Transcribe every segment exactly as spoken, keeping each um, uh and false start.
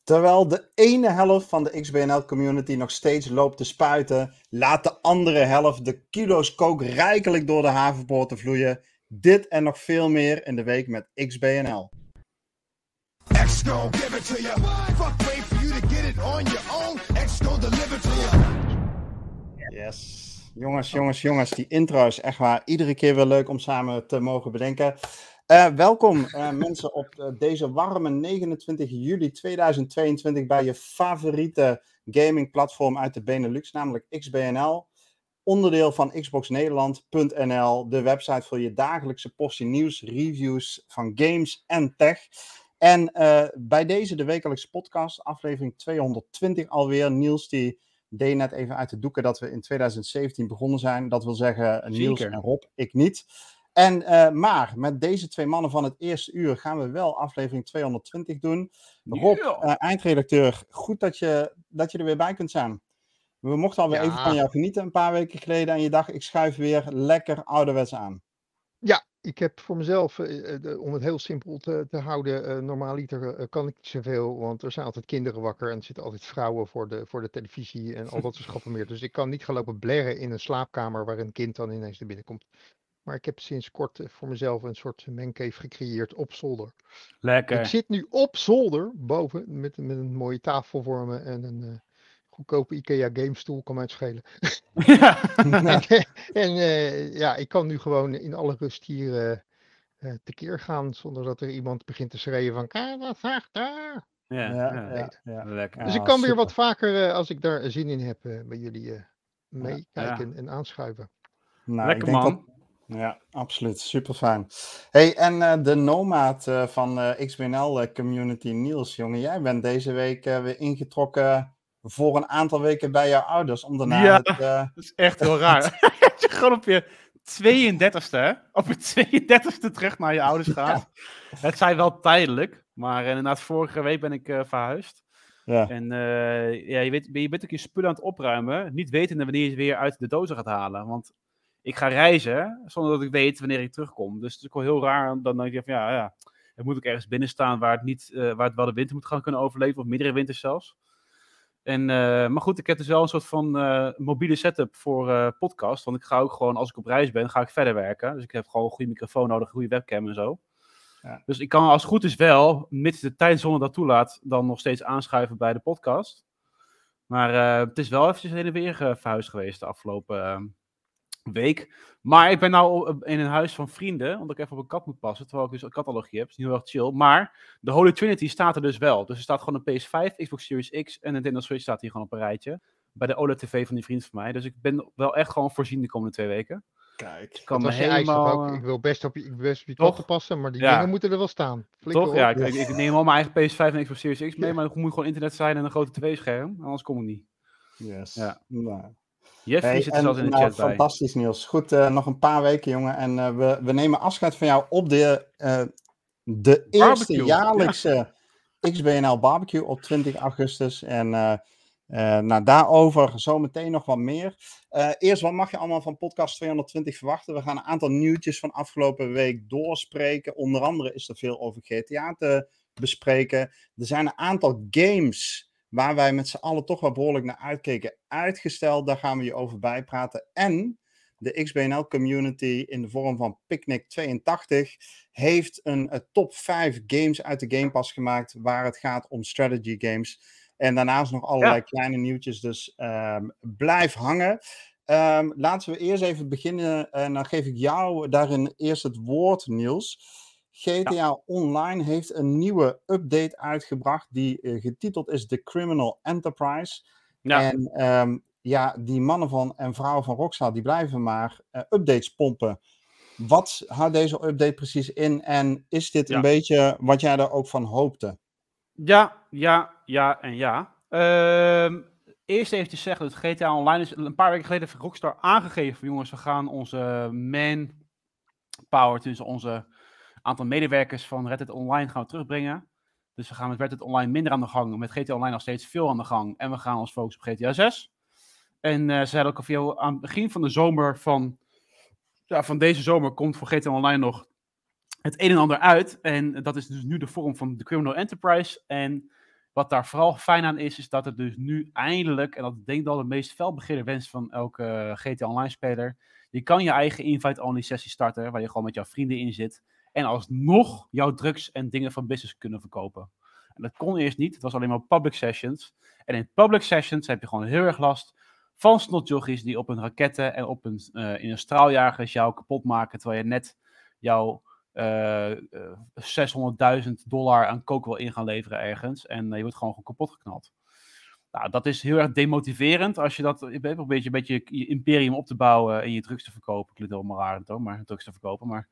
Terwijl de ene helft van de X B N L-community nog steeds loopt te spuiten, laat de andere helft de kilo's coke rijkelijk door de havenpoorten vloeien. Dit en nog veel meer in de week met X B N L. Yes. Jongens, jongens, jongens, die intro is echt waar iedere keer weer leuk om samen te mogen bedenken. Uh, welkom uh, mensen op uh, deze warme negenentwintig juli tweeduizend tweeëntwintig bij je favoriete gamingplatform uit de Benelux, namelijk X B N L. Onderdeel van Xbox Nederland punt N L, de website voor je dagelijkse portie nieuws, reviews van games en tech. En uh, bij deze de wekelijkse podcast, aflevering tweehonderdtwintig alweer. Niels die deed net even uit de doeken dat we in tweeduizend zeventien begonnen zijn. Dat wil zeggen Niels Zeker. En Rob, ik niet. En, uh, maar met deze twee mannen van het eerste uur gaan we wel aflevering tweehonderdtwintig doen. Rob, yeah. uh, eindredacteur, goed dat je, dat je er weer bij kunt zijn. We mochten alweer ja. even van jou genieten een paar weken geleden. En je dacht, ik schuif weer lekker ouderwets aan. Ja, ik heb voor mezelf, uh, de, om het heel simpel te, te houden, uh, normaaliter uh, kan ik niet zoveel. Want er zijn altijd kinderen wakker en er zitten altijd vrouwen voor de, voor de televisie en al dat soort schappen meer. Dus ik kan niet gaan lopen blerren in een slaapkamer waar een kind dan ineens naar binnen komt. Maar ik heb sinds kort voor mezelf een soort mancave gecreëerd op zolder. Lekker. Ik zit nu op zolder, boven, met, met een mooie tafel voor me en een uh, goedkope IKEA gamestoel, kan mij het schelen. Ja. en en uh, ja, ik kan nu gewoon in alle rust hier uh, uh, tekeer gaan, zonder dat er iemand begint te schreeuwen van, kijk wat zegt daar. Ja, ja, ja, ja, ja. Lekker. Dus ik kan weer wat vaker, uh, als ik daar zin in heb, uh, bij jullie uh, meekijken ja. en aanschuiven. Nou, lekker ik denk man. Dat... Ja, absoluut. Super fijn. Hey, en uh, de nomad uh, van uh, X B N L uh, community, Niels, jongen, jij bent deze week uh, weer ingetrokken voor een aantal weken bij jouw ouders. Om daarna ja, het, uh... dat is echt heel raar. Je gewoon op je tweeëndertigste, hè? Op je tweeëndertigste terug naar je ouders gaat. Ja. Het zijn wel tijdelijk, maar uh, inderdaad, vorige week ben ik uh, verhuisd. Ja. En uh, ja, je, weet, je bent ook je spullen aan het opruimen, niet wetende wanneer je het weer uit de dozen gaat halen. Want ik ga reizen, zonder dat ik weet wanneer ik terugkom. Dus het is ook wel heel raar. Dan denk je van, ja, ja, het moet ook ergens binnen staan waar het, niet, uh, waar het wel de winter moet gaan kunnen overleven. Of meerdere winters zelfs. En, uh, maar goed, ik heb dus wel een soort van uh, mobiele setup voor uh, podcast. Want ik ga ook gewoon, als ik op reis ben, ga ik verder werken. Dus ik heb gewoon een goede microfoon nodig, een goede webcam en zo. Ja. Dus ik kan als het goed is wel, mits de tijdzone dat toelaat, dan nog steeds aanschuiven bij de podcast. Maar uh, het is wel eventjes heen en weer uh, verhuisd geweest de afgelopen... Uh, week. Maar ik ben nou in een huis van vrienden, omdat ik even op een kat moet passen, terwijl ik dus een katallergie heb. Dat is niet heel erg chill. Maar de Holy Trinity staat er dus wel. Dus er staat gewoon een P S vijf, Xbox Series X en een Nintendo Switch staat hier gewoon op een rijtje. Bij de O L E D T V van die vriend van mij. Dus ik ben wel echt gewoon voorzien de komende twee weken. Kijk, kan me helemaal... Ook. Ik wil best op je, ik wil best op je kat passen, maar die ja. dingen moeten er wel staan. Flikker Toch? Op. Ja, ik, ik, ik neem al mijn eigen P S vijf en Xbox Series X mee, ja. maar er moet gewoon internet zijn en een grote tv-scherm. Anders kom ik niet. Yes. Ja. Nou. Jeffrey hey, zit er zelfs in de nou, chat bij. Fantastisch, Niels. Goed, uh, nog een paar weken, jongen. En uh, we, we nemen afscheid van jou op de, uh, de eerste jaarlijkse ja. X B N L barbecue op twintig augustus. En uh, uh, nou, daarover zometeen nog wat meer. Uh, eerst, wat mag je allemaal van podcast tweehonderdtwintig verwachten? We gaan een aantal nieuwtjes van afgelopen week doorspreken. Onder andere is er veel over G T A te bespreken. Er zijn een aantal games waar wij met z'n allen toch wel behoorlijk naar uitkeken, uitgesteld. Daar gaan we je over bijpraten. En de X B N L community in de vorm van Picnic tweeëntachtig heeft een, een top vijf games uit de Game Pass gemaakt waar het gaat om strategy games. En daarnaast nog allerlei ja. kleine nieuwtjes, dus um, blijf hangen. Um, laten we eerst even beginnen en dan geef ik jou daarin eerst het woord, Niels. G T A ja. Online heeft een nieuwe update uitgebracht die uh, getiteld is The Criminal Enterprise. Ja. En um, ja, die mannen van en vrouwen van Rockstar die blijven maar uh, updates pompen. Wat houdt deze update precies in en is dit ja. een beetje wat jij er ook van hoopte? Ja, ja, ja en ja. Uh, eerst even te zeggen dat G T A Online is een paar weken geleden van Rockstar aangegeven. Jongens, we gaan onze manpower, dus onze aantal medewerkers van Red Dead Online gaan we terugbrengen. Dus we gaan met Red Dead Online minder aan de gang. Met G T A Online nog steeds veel aan de gang. En we gaan ons focussen op G T A zes. En uh, ze hadden ook al veel aan het begin van de zomer van... Ja, van deze zomer komt voor G T A Online nog het een en ander uit. En dat is dus nu de vorm van de Criminal Enterprise. En wat daar vooral fijn aan is, is dat het dus nu eindelijk, en dat denk ik wel de meest felbegeerde wens van elke G T A Online speler, je kan je eigen invite-only sessie starten, waar je gewoon met jouw vrienden in zit, en alsnog jouw drugs en dingen van business kunnen verkopen. En dat kon eerst niet, het was alleen maar public sessions. En in public sessions heb je gewoon heel erg last van snotjoggies die op hun raketten en op een, uh, in een straaljagers jou kapot maken, terwijl je net jouw uh, uh, zeshonderdduizend dollar aan coke wil in gaan leveren ergens. En uh, je wordt gewoon, gewoon kapot geknald. Nou, dat is heel erg demotiverend als je dat je bent een beetje, een beetje je imperium op te bouwen en je drugs te verkopen. Klinkt helemaal raar, toch? Maar drugs te verkopen. Maar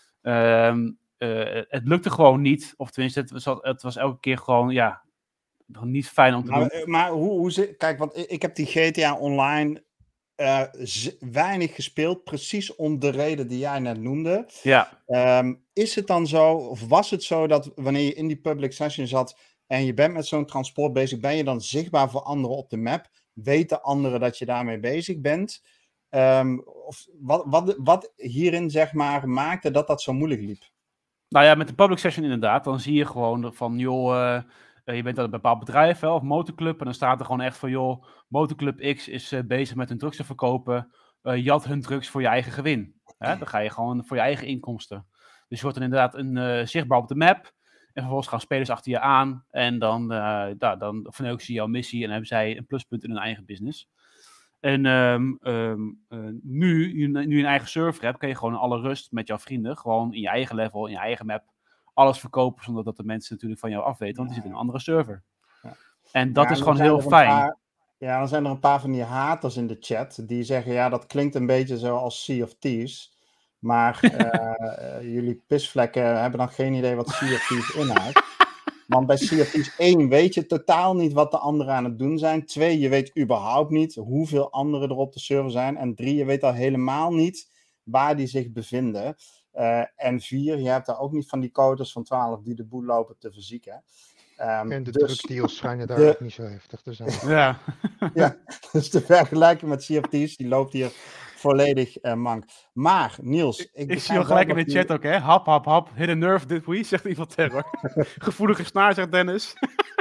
uh, uh, het lukte gewoon niet. Of tenminste, het was, het was elke keer gewoon, ja, niet fijn om te maar, doen. Maar hoe, hoe zit... Kijk, want ik heb die G T A Online uh, z- weinig gespeeld. Precies om de reden die jij net noemde. Ja. Um, is het dan zo, of was het zo dat wanneer je in die public session zat en je bent met zo'n transport bezig, ben je dan zichtbaar voor anderen op de map? Weten anderen dat je daarmee bezig bent? Um, of wat, wat, wat hierin, zeg maar, maakte dat dat zo moeilijk liep? Nou ja, met de public session inderdaad. Dan zie je gewoon van, joh, uh, je bent aan een bepaald bedrijf, hè, of motorclub. En dan staat er gewoon echt van, joh, motorclub X is uh, bezig met hun drugs te verkopen. Uh, jat hun drugs voor je eigen gewin. Hè? Dan ga je gewoon voor je eigen inkomsten. Dus je wordt dan inderdaad een, uh, zichtbaar op de map. En vervolgens gaan spelers achter je aan. En dan, uh, da, dan verneuken ze jouw missie. En dan hebben zij een pluspunt in hun eigen business. En um, um, uh, nu, nu, nu je een eigen server hebt, kan je gewoon in alle rust met jouw vrienden, gewoon in je eigen level, in je eigen map, alles verkopen, zonder dat de mensen natuurlijk van jou afweten, want die zitten in een andere server. Ja. En dat ja, is gewoon heel fijn. Paar, ja, dan zijn er een paar van die haters in de chat, die zeggen, ja, dat klinkt een beetje zoals Sea of Thieves, maar uh, jullie pisvlekken hebben dan geen idee wat Sea of Thieves inhoudt. Want bij Sea of Thieves één weet je totaal niet wat de anderen aan het doen zijn. Twee, je weet überhaupt niet hoeveel anderen er op de server zijn. En drie, je weet al helemaal niet waar die zich bevinden. Uh, en vier, je hebt daar ook niet van die codes van twaalf die de boel lopen te verzieken. Um, en de dus drugdeals schijnen daar de... ook niet zo heftig te zijn. Ja. Ja, dus de vergelijking met Sea of Thieves, die loopt hier volledig uh, mank. Maar, Niels... Ik, ik, ik zie al gelijk in de chat die... ook, hè. Hap, hap, hap. Hit a nerve, did we? Zegt Evil Terror. Gevoelige snaar, zegt Dennis.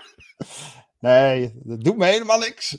Nee, dat doet me helemaal niks.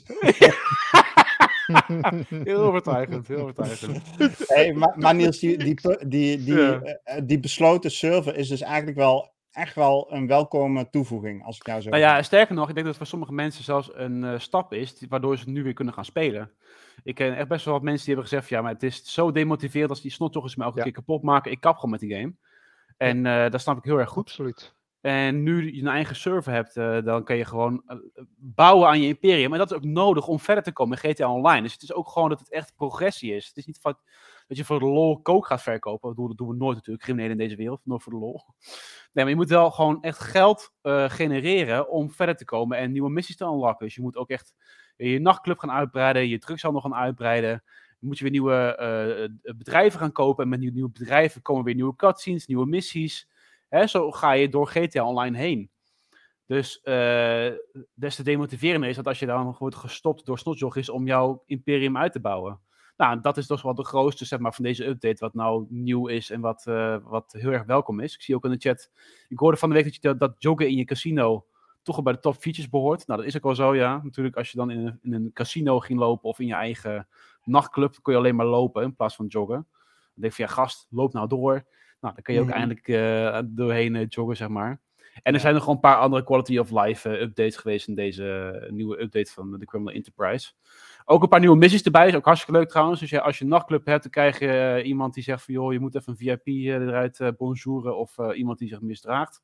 Heel overtuigend, heel overtuigend. Hey, maar, maar Niels, die, die, die, die, ja. uh, die besloten server is dus eigenlijk wel echt wel een welkome toevoeging, als ik jou zo Nou ja, sterker nog, ik denk dat het voor sommige mensen zelfs een uh, stap is, die, waardoor ze nu weer kunnen gaan spelen. Ik ken echt best wel wat mensen die hebben gezegd, ja, maar het is zo demotiverend als die snotjoggers me elke ja. keer kapot maken. Ik kap gewoon met die game. En uh, dat snap ik heel erg goed. Absoluut. En nu je een eigen server hebt, uh, dan kan je gewoon uh, bouwen aan je imperium. En dat is ook nodig om verder te komen in G T A Online. Dus het is ook gewoon dat het echt progressie is. Het is niet van, dat je voor de lol coke gaat verkopen. Dat doen we nooit natuurlijk, criminelen in deze wereld. Nooit voor de lol. Nee, maar je moet wel gewoon echt geld uh, genereren om verder te komen en nieuwe missies te unlocken. Dus je moet ook echt je nachtclub gaan uitbreiden, je drugshandel gaan uitbreiden. Dan moet je weer nieuwe uh, bedrijven gaan kopen. En met nieuwe, nieuwe bedrijven komen weer nieuwe cutscenes, nieuwe missies. Hè, zo ga je door G T A Online heen. Dus uh, des te demotiverender is dat als je dan wordt gestopt door snotjoggers om jouw imperium uit te bouwen. Nou, dat is toch wel de grootste, zeg maar, van deze update, wat nou nieuw is en wat, uh, wat heel erg welkom is. Ik zie ook in de chat, ik hoorde van de week dat, je dat, dat joggen in je casino toch al bij de top features behoort. Nou, dat is ook wel zo, ja. Natuurlijk, als je dan in een, in een casino ging lopen of in je eigen nachtclub, kon je alleen maar lopen in plaats van joggen. Dan denk je van, ja, gast, loop nou door. Nou, dan kan je ook mm. eindelijk uh, doorheen uh, joggen, zeg maar. En er zijn nog gewoon een paar andere quality of life uh, updates geweest in deze uh, nieuwe update van de Criminal Enterprise. Ook een paar nieuwe missies erbij, is ook hartstikke leuk trouwens. Dus ja, als je een nachtclub hebt, dan krijg je uh, iemand die zegt van, joh, je moet even een V I P uh, eruit uh, bonjouren of uh, iemand die zich misdraagt.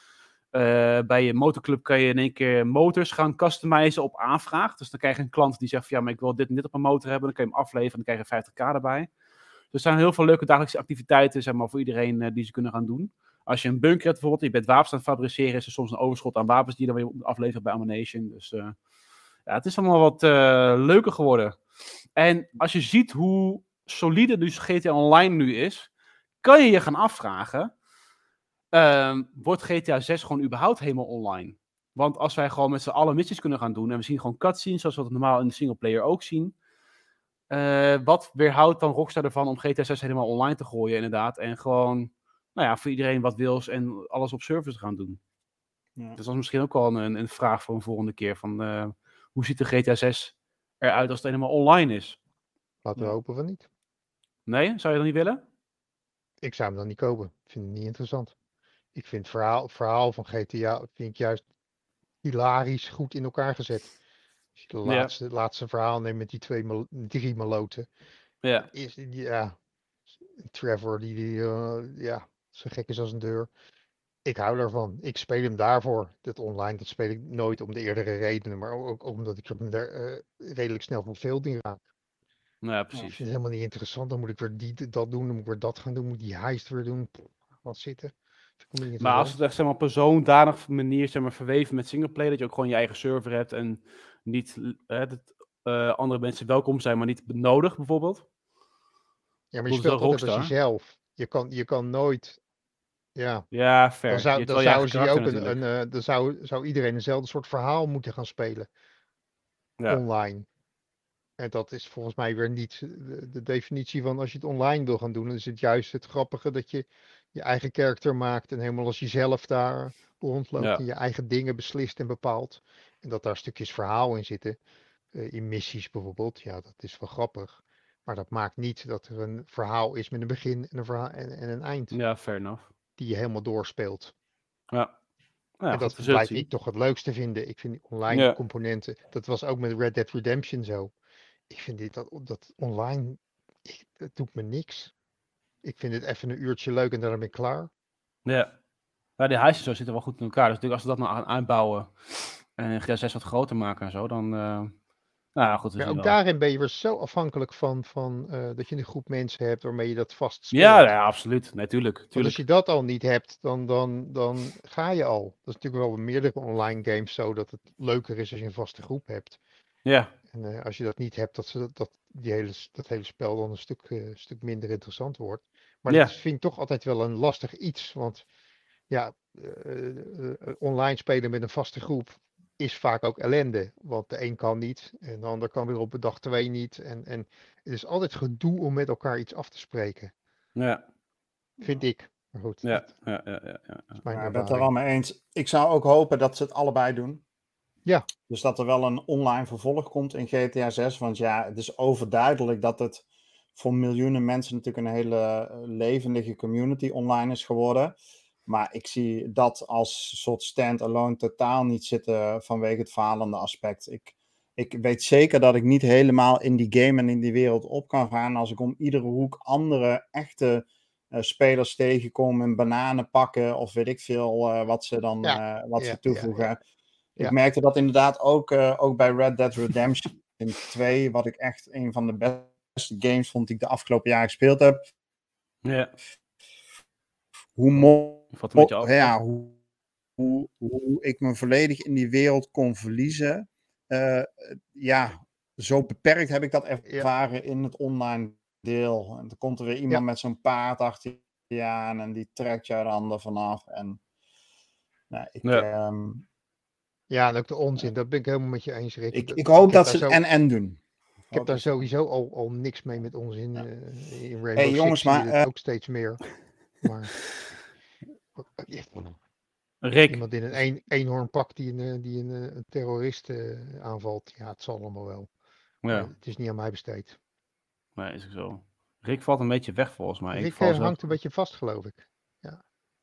Uh, bij je motorclub kan je in één keer motors gaan customizen op aanvraag. Dus dan krijg je een klant die zegt van, ja, maar ik wil dit en dit op mijn motor hebben. Dan kan je hem afleveren en dan krijg je vijftig k erbij. Dus er zijn heel veel leuke dagelijkse activiteiten, zeg maar, voor iedereen uh, die ze kunnen gaan doen. Als je een bunker hebt bijvoorbeeld, je bent wapens aan het fabriceren, is er soms een overschot aan wapens die je dan weer aflevert bij Ammunition. Dus uh, ja, het is allemaal wat uh, leuker geworden. En als je ziet hoe solide dus G T A Online nu is, kan je je gaan afvragen, uh, wordt G T A zes gewoon überhaupt helemaal online? Want als wij gewoon met z'n allen missies kunnen gaan doen, en we zien gewoon cutscenes, zoals we het normaal in de singleplayer ook zien, uh, wat weerhoudt dan Rockstar ervan om G T A zes helemaal online te gooien inderdaad, en gewoon, nou ja, voor iedereen wat wils en alles op servers te gaan doen? Ja. Dus dat is misschien ook wel een, een vraag voor een volgende keer. Van, uh, hoe ziet de G T A zes eruit als het helemaal online is? Laten we ja. hopen van niet. Nee? Zou je dat niet willen? Ik zou hem dan niet kopen. Ik vind het niet interessant. Ik vind het verhaal, het verhaal van G T A vind ik juist hilarisch goed in elkaar gezet. Als je de laatste, ja. laatste verhaal neemt met die twee, mal- drie maloten. Ja. Is, ja. Trevor, die, die uh, ja, zo gek is als een deur. Ik hou daarvan. Ik speel hem daarvoor. Dat online, dat speel ik nooit om de eerdere redenen. Maar ook omdat ik er uh, redelijk snel verveeld in raak. Nou ja, precies. Ik vind het helemaal niet interessant. Dan moet ik weer die, dat doen. Dan moet ik weer dat gaan doen. Moet ik die heist weer doen. Wat zitten. Maar als het echt zeg maar, op een zodanig manier zeg maar, verweven met singleplayer, dat je ook gewoon je eigen server hebt en niet uh, dat uh, andere mensen welkom zijn, maar niet benodigd bijvoorbeeld. Ja, maar je speelt altijd als jezelf. Je kan, je kan nooit... Ja, ja fair. Dan zou, dan zou, je ook een, een, uh, dan zou, zou iedereen eenzelfde soort verhaal moeten gaan spelen. Ja. Online. En dat is volgens mij weer niet de, de definitie van als je het online wil gaan doen. Dan is het juist het grappige dat je je eigen karakter maakt en helemaal als jezelf daar rondloopt ja. en je eigen dingen beslist en bepaalt. En dat daar stukjes verhaal in zitten. Uh, in missies bijvoorbeeld. Ja, dat is wel grappig. Maar dat maakt niet dat er een verhaal is met een begin en een, verhaal en, en een eind. Ja, fair enough. Die je helemaal doorspeelt. Ja. Ja, en dat blijf ik toch het leukste vinden. Ik vind die online ja. componenten. Dat was ook met Red Dead Redemption zo. Ik vind dit dat, dat online. Ik, dat doet me niks. Ik vind het even een uurtje leuk en dan ben ik klaar. Ja. Ja, die huisjes zo zitten wel goed in elkaar. Dus als we dat nou gaan uitbouwen. En G T A zes wat groter maken en zo. Dan. Uh... Nou, goed, ja, ook wel. Daarin ben je weer zo afhankelijk van, van uh, dat je een groep mensen hebt waarmee je dat vast speelt. Ja, ja absoluut. Natuurlijk. Nee, als je dat al niet hebt, dan, dan, dan ga je al. Dat is natuurlijk wel bij meerdere online games zo dat het leuker is als je een vaste groep hebt. Ja. En uh, als je dat niet hebt, dat, ze, dat, die hele, dat hele spel dan een stuk, uh, stuk minder interessant wordt. Maar ja. dat vind ik toch altijd wel een lastig iets. Want ja, uh, uh, online spelen met een vaste groep is vaak ook ellende. Want de een kan niet en de ander kan weer op de dag twee niet. En, en het is altijd gedoe om met elkaar iets af te spreken. Ja. Vind ik. Maar goed. Ja, ja, ja. ja, ja. Ik ben het er wel mee eens. Ik zou ook hopen dat ze het allebei doen. Ja. Dus dat er wel een online vervolg komt in G T A zes. Want ja, het is overduidelijk dat het voor miljoenen mensen natuurlijk een hele levendige community online is geworden. Maar ik zie dat als soort stand-alone totaal niet zitten vanwege het falende aspect. Ik, ik weet zeker dat ik niet helemaal in die game en in die wereld op kan gaan als ik om iedere hoek andere echte uh, spelers tegenkom en bananen pakken of weet ik veel uh, wat ze dan ja. uh, wat ja, ze toevoegen. Ja, ja. Ik ja. merkte dat inderdaad ook, uh, ook bij Red Dead Redemption twee, wat ik echt een van de beste games vond die ik de afgelopen jaren gespeeld heb. Ja. Hoe mooi. Oh, ja, hoe, hoe, hoe ik me volledig in die wereld kon verliezen. Uh, ja, zo beperkt heb ik dat ervaren ja. in het online deel. En dan komt er weer iemand ja. met zo'n paard achter je aan en die trekt jou de handen vanaf. En, nou, ik, ja. Um, ja, en ook de onzin, dat ben ik helemaal met je eens, Rick. Ik, ik hoop ik dat ze het en-en doen. Ik heb daar sowieso al, al niks mee met onzin. Ja. Uh, in Rainbow hey, jongens, Six maar, uh, ook steeds meer. Maar... Rick. Iemand in een, een eenhoornpak die een, die een, een terrorist uh, aanvalt. Ja, het zal allemaal wel. Ja. Het is niet aan mij besteed. Nee, is ook zo. Rick valt een beetje weg volgens mij. Rick ik val hangt zelf... een beetje vast, geloof ik. Ja.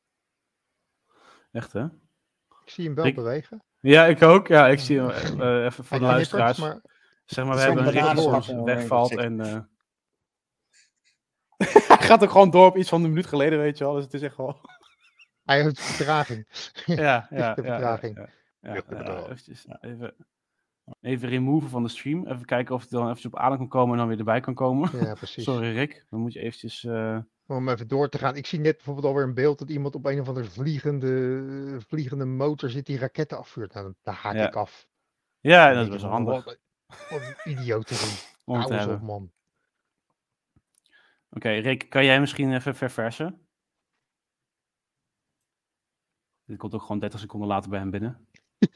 Echt, hè? Ik zie hem wel Rick... bewegen. Ja, ik ook. Ja, ik zie hem uh, even voor de luisteraars. Maar... Zeg maar, we hebben een Rick die soms wegvalt en... Uh... Hij gaat ook gewoon door op iets van een minuut geleden, weet je wel. Dus het is echt wel... Hij heeft vertraging. Ja, ja, de vertraging. Ja, ja, ja, ja, ja, eventjes, even, even removen van de stream. Even kijken of hij dan eventjes op adem kan komen en dan weer erbij kan komen. Ja, precies. Sorry Rick, dan moet je eventjes... Uh... Om even door te gaan. Ik zie net bijvoorbeeld alweer een beeld dat iemand op een of andere vliegende, vliegende motor zit die raketten afvuurt. Nou, daar haak ja. ik af. Ja, dat is best wel handig. Wat, wat een idioterie. Om Hou eens op, man. Oké, okay, Rick, kan jij misschien even verversen? Dit komt ook gewoon dertig seconden later bij hem binnen.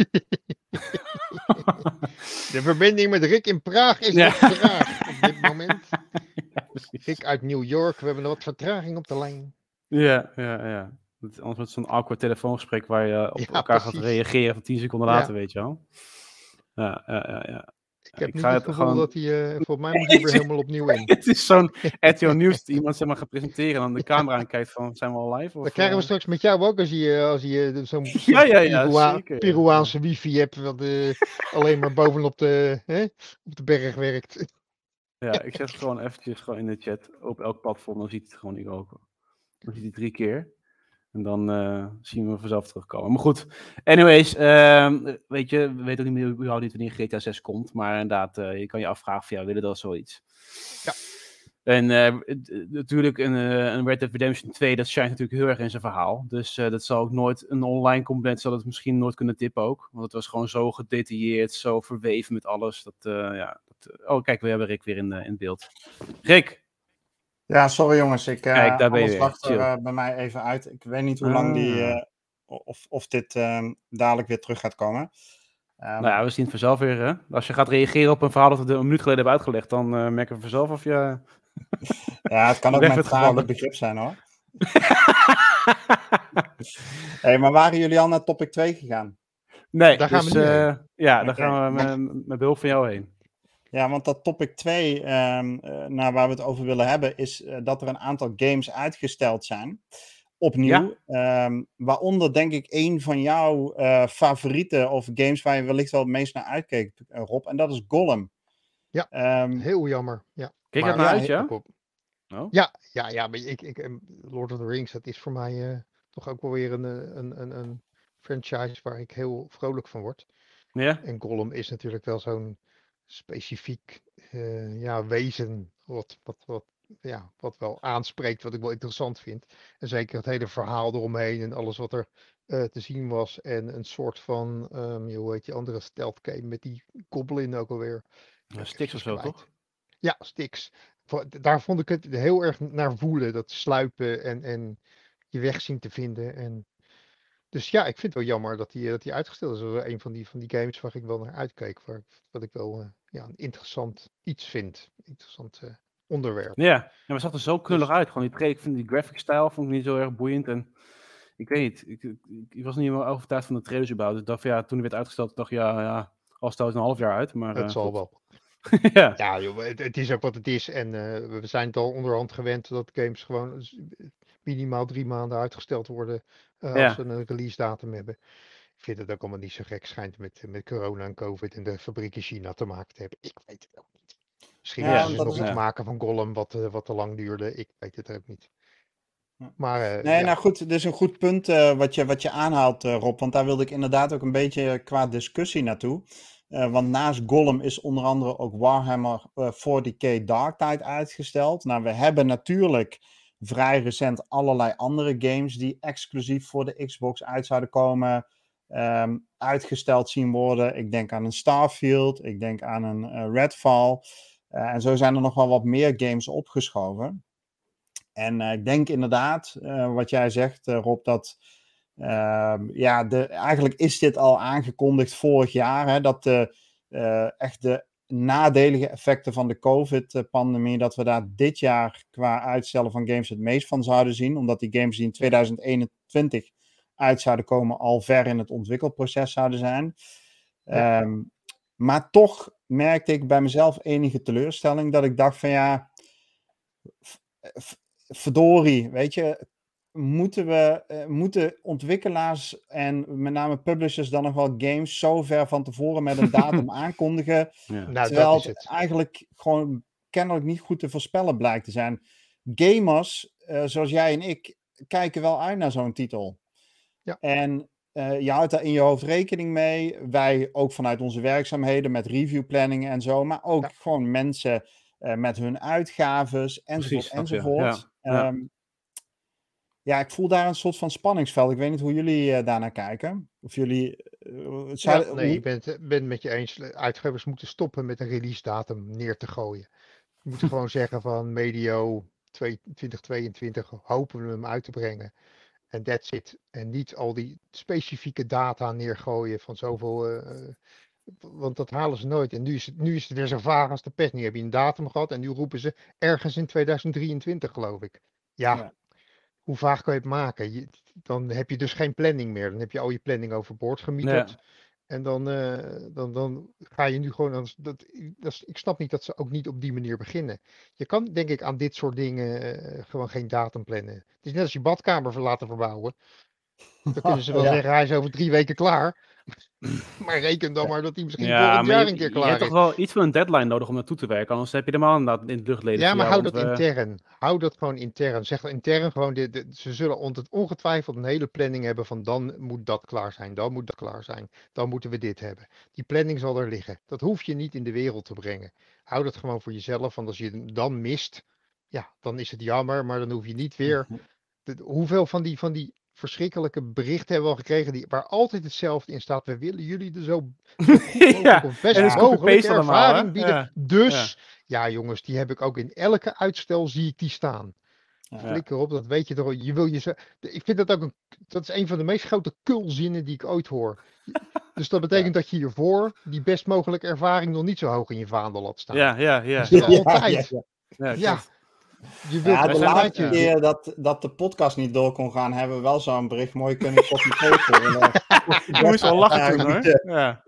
De verbinding met Rick in Praag is ja. wat traag op dit moment. Ja, Rick uit New York, we hebben wat vertraging op de lijn. Ja, ja, ja. Anders wordt het zo'n awkward telefoongesprek waar je op Ja, elkaar precies. gaat reageren van tien seconden Ja. later, weet je wel. Ja, ja, ja. ja. Ik heb Ik niet ga het het gevoel gewoon... dat hij... uh, volgens mij moet hij er weer helemaal opnieuw in. Het is zo'n R T L Nieuws dat iemand zeg maar gaat presenteren en dan de camera aankijkt van, zijn we al live? Of, Dat krijgen we uh... straks met jou ook als je, als je zo'n zo Ja, ja, ja, Perua- zeker. Peruaanse wifi hebt, wat uh, alleen maar bovenop de, hè, op de berg werkt. Ja, ik zet het gewoon eventjes gewoon in de chat op elk platform, dan ziet het gewoon niet ook. Dan ziet hij drie keer. En dan uh, zien we vanzelf terugkomen. Maar goed, anyways, uh, weet je, we weten ook niet meer überhaupt niet wanneer G T A zes komt. Maar inderdaad, uh, je kan je afvragen van, ja, willen dat zoiets? Ja. En uh, natuurlijk een, uh, een Red Dead Redemption twee, dat schijnt natuurlijk heel erg in zijn verhaal. Dus uh, dat zal ook nooit, een online component zal het misschien nooit kunnen tippen ook. Want het was gewoon zo gedetailleerd, zo verweven met alles. Dat, uh, ja, dat, uh, oh, kijk, we hebben Rick weer in, uh, in beeld. Rick! Ja, sorry jongens, ik uh, Kijk, daar ben je alles weer. wacht er uh, bij mij even uit. Ik weet niet hoe Ah. lang die, uh, of, of dit uh, dadelijk weer terug gaat komen. Um, nou ja, we zien het vanzelf weer. Hè? Als je gaat reageren op een verhaal dat we een minuut geleden hebben uitgelegd, dan uh, merken we vanzelf of je... ja, het kan ook met trage begrip zijn hoor. Hey, maar waren jullie al naar topic twee gegaan? Nee, daar dus, gaan we nu uh, ja, okay. daar gaan we met, met behulp van jou heen. Ja, want dat topic twee, um, uh, naar waar we het over willen hebben, is uh, dat er een aantal games uitgesteld zijn. Opnieuw. Ja. Um, waaronder denk ik een van jouw uh, favorieten of games waar je wellicht wel het meest naar uitkeek, uh, Rob. En dat is Gollum. Ja, um, heel jammer. Ja. Kijk er naar uit, ja? Oh. Ja, ja, ja, maar ik, ik, Lord of the Rings, dat is voor mij uh, toch ook wel weer een, een, een, een franchise waar ik heel vrolijk van word. Ja. En Gollum is natuurlijk wel zo'n specifiek uh, ja, wezen wat, wat, wat, ja, wat wel aanspreekt, wat ik wel interessant vind. En zeker het hele verhaal eromheen en alles wat er uh, te zien was. En een soort van, um, hoe heet die andere stealth game met die goblin ook alweer. Ja, Styx of zo, kwijt. Toch? Ja, Styx. Daar vond ik het heel erg naar voelen, dat sluipen en, en je weg zien te vinden. En dus ja, ik vind het wel jammer dat die, dat die uitgesteld is. Dat is een van die, van die games waar ik wel naar uitkeek. Waar, wat ik wel uh, ja, een interessant iets vind. Een interessant uh, onderwerp. Ja, ja, maar het zag er zo knullig dus... uit. Gewoon die, ik vind die graphic style vond ik niet zo erg boeiend. En ik weet niet, ik, ik, ik was niet helemaal overtuigd van de trailers überhaupt. Dus ik dacht van, ja, toen die werd uitgesteld, dacht ik, ja, ja, al stel het een half jaar uit. Maar, het uh, zal goed. wel. ja, ja joh, het, het is ook wat het is. En uh, we zijn het al onderhand gewend dat games gewoon minimaal drie maanden uitgesteld worden uh, ja. als ze een release datum hebben. Ik vind het ook allemaal niet zo gek. Schijnt met, met corona en covid en de fabriek in China te maken te hebben. Ik weet het ook niet. Misschien ja, ze nog iets ja. maken van Gollum wat, uh, wat te lang duurde. Ik weet het ook niet. Maar, uh, nee, ja. nou goed, dit is een goed punt uh, wat, je, wat je aanhaalt, uh, Rob. Want daar wilde ik inderdaad ook een beetje qua discussie naartoe. Uh, want naast Gollum is onder andere ook Warhammer uh, forty K Dark Tide uitgesteld. Nou, we hebben natuurlijk vrij recent allerlei andere games die exclusief voor de Xbox uit zouden komen, um, uitgesteld zien worden. Ik denk aan een Starfield, ik denk aan een uh, Redfall. Uh, en zo zijn er nog wel wat meer games opgeschoven. En uh, ik denk inderdaad, uh, wat jij zegt, uh, Rob, dat uh, ja, de, eigenlijk is dit al aangekondigd vorig jaar, hè, dat de, uh, echt de nadelige effecten van de COVID-pandemie, dat we daar dit jaar qua uitstellen van games het meest van zouden zien, omdat die games die in tweeduizend eenentwintig uit zouden komen al ver in het ontwikkelproces zouden zijn. Ja. Um, maar toch merkte ik bij mezelf enige teleurstelling, dat ik dacht van ja, verdorie, weet je, moeten we, uh, moeten ontwikkelaars en met name publishers dan nog wel games zo ver van tevoren met een datum aankondigen, ja. Nou, terwijl dat is het, het eigenlijk gewoon kennelijk niet goed te voorspellen blijkt te zijn. Gamers, uh, zoals jij en ik, kijken wel uit naar zo'n titel. Ja. En uh, je houdt daar in je hoofd rekening mee. Wij ook vanuit onze werkzaamheden met reviewplanningen en zo, maar ook ja. gewoon mensen uh, met hun uitgaves enzovoort Precies, enzovoort. Ja. Ja. Um, ja, ik voel daar een soort van spanningsveld. Ik weet niet hoe jullie uh, daarnaar kijken. Of jullie... Uh, zou, ja, nee, hoe... ik ben het, ben het met je eens. Uitgevers moeten stoppen met een release datum neer te gooien. Je moet gewoon zeggen van medio twintig tweeëntwintig hopen we hem uit te brengen. En that's it. En niet al die specifieke data neergooien van zoveel... Uh, want dat halen ze nooit. En nu is het, nu is het weer zo vaag als de pest. Nu heb je een datum gehad en nu roepen ze ergens in tweeduizend drieëntwintig, geloof ik. Ja, ja. hoe vaag kan je het maken? Je, dan heb je dus geen planning meer. Dan heb je al je planning overboord gemieterd. Ja. En dan, uh, dan, dan ga je nu gewoon... Dat, dat, dat is, ik snap niet dat ze ook niet op die manier beginnen. Je kan denk ik aan dit soort dingen uh, gewoon geen datum plannen. Het is net als je badkamer laten verbouwen. Dan kunnen ze wel ja. zeggen, hij is over drie weken klaar. Maar reken dan maar dat hij misschien ja, volgend jaar je, een keer klaar is. Je hebt hebt toch wel iets van een deadline nodig om naartoe te werken. Anders heb je hem al in het luchtleden. Ja, maar jou, hou want, dat uh... intern. Hou dat gewoon intern. Zeg intern gewoon, de, de, ze zullen ongetwijfeld een hele planning hebben van dan moet dat klaar zijn, dan moet dat klaar zijn, dan moeten we dit hebben. Die planning zal er liggen. Dat hoef je niet in de wereld te brengen. Hou dat gewoon voor jezelf, want als je hem dan mist, ja, dan is het jammer, maar dan hoef je niet weer... De, hoeveel van die, van die verschrikkelijke berichten hebben we al gekregen die, waar altijd hetzelfde in staat. We willen jullie er zo, zo goed mogelijk ja, of best ja, mogelijk ervaring allemaal, bieden. Ja. Dus, ja. ja jongens, die heb ik ook in elke uitstel zie ik die staan. Ja. Flikker op, dat weet je toch. Je wil je zo, ik vind dat ook een, dat is een van de meest grote kulzinnen die ik ooit hoor. Dus dat betekent ja. dat je hiervoor die best mogelijke ervaring nog niet zo hoog in je vaandel laat staan. Ja, ja, ja. Dus altijd. Ja, ja, ja. ja. Je wilt ja, de laatste je... keer dat, dat de podcast niet door kon gaan, hebben we wel zo'n bericht mooi kunnen copy-pasten. Je moest wel lachen toen, hoor. Ja.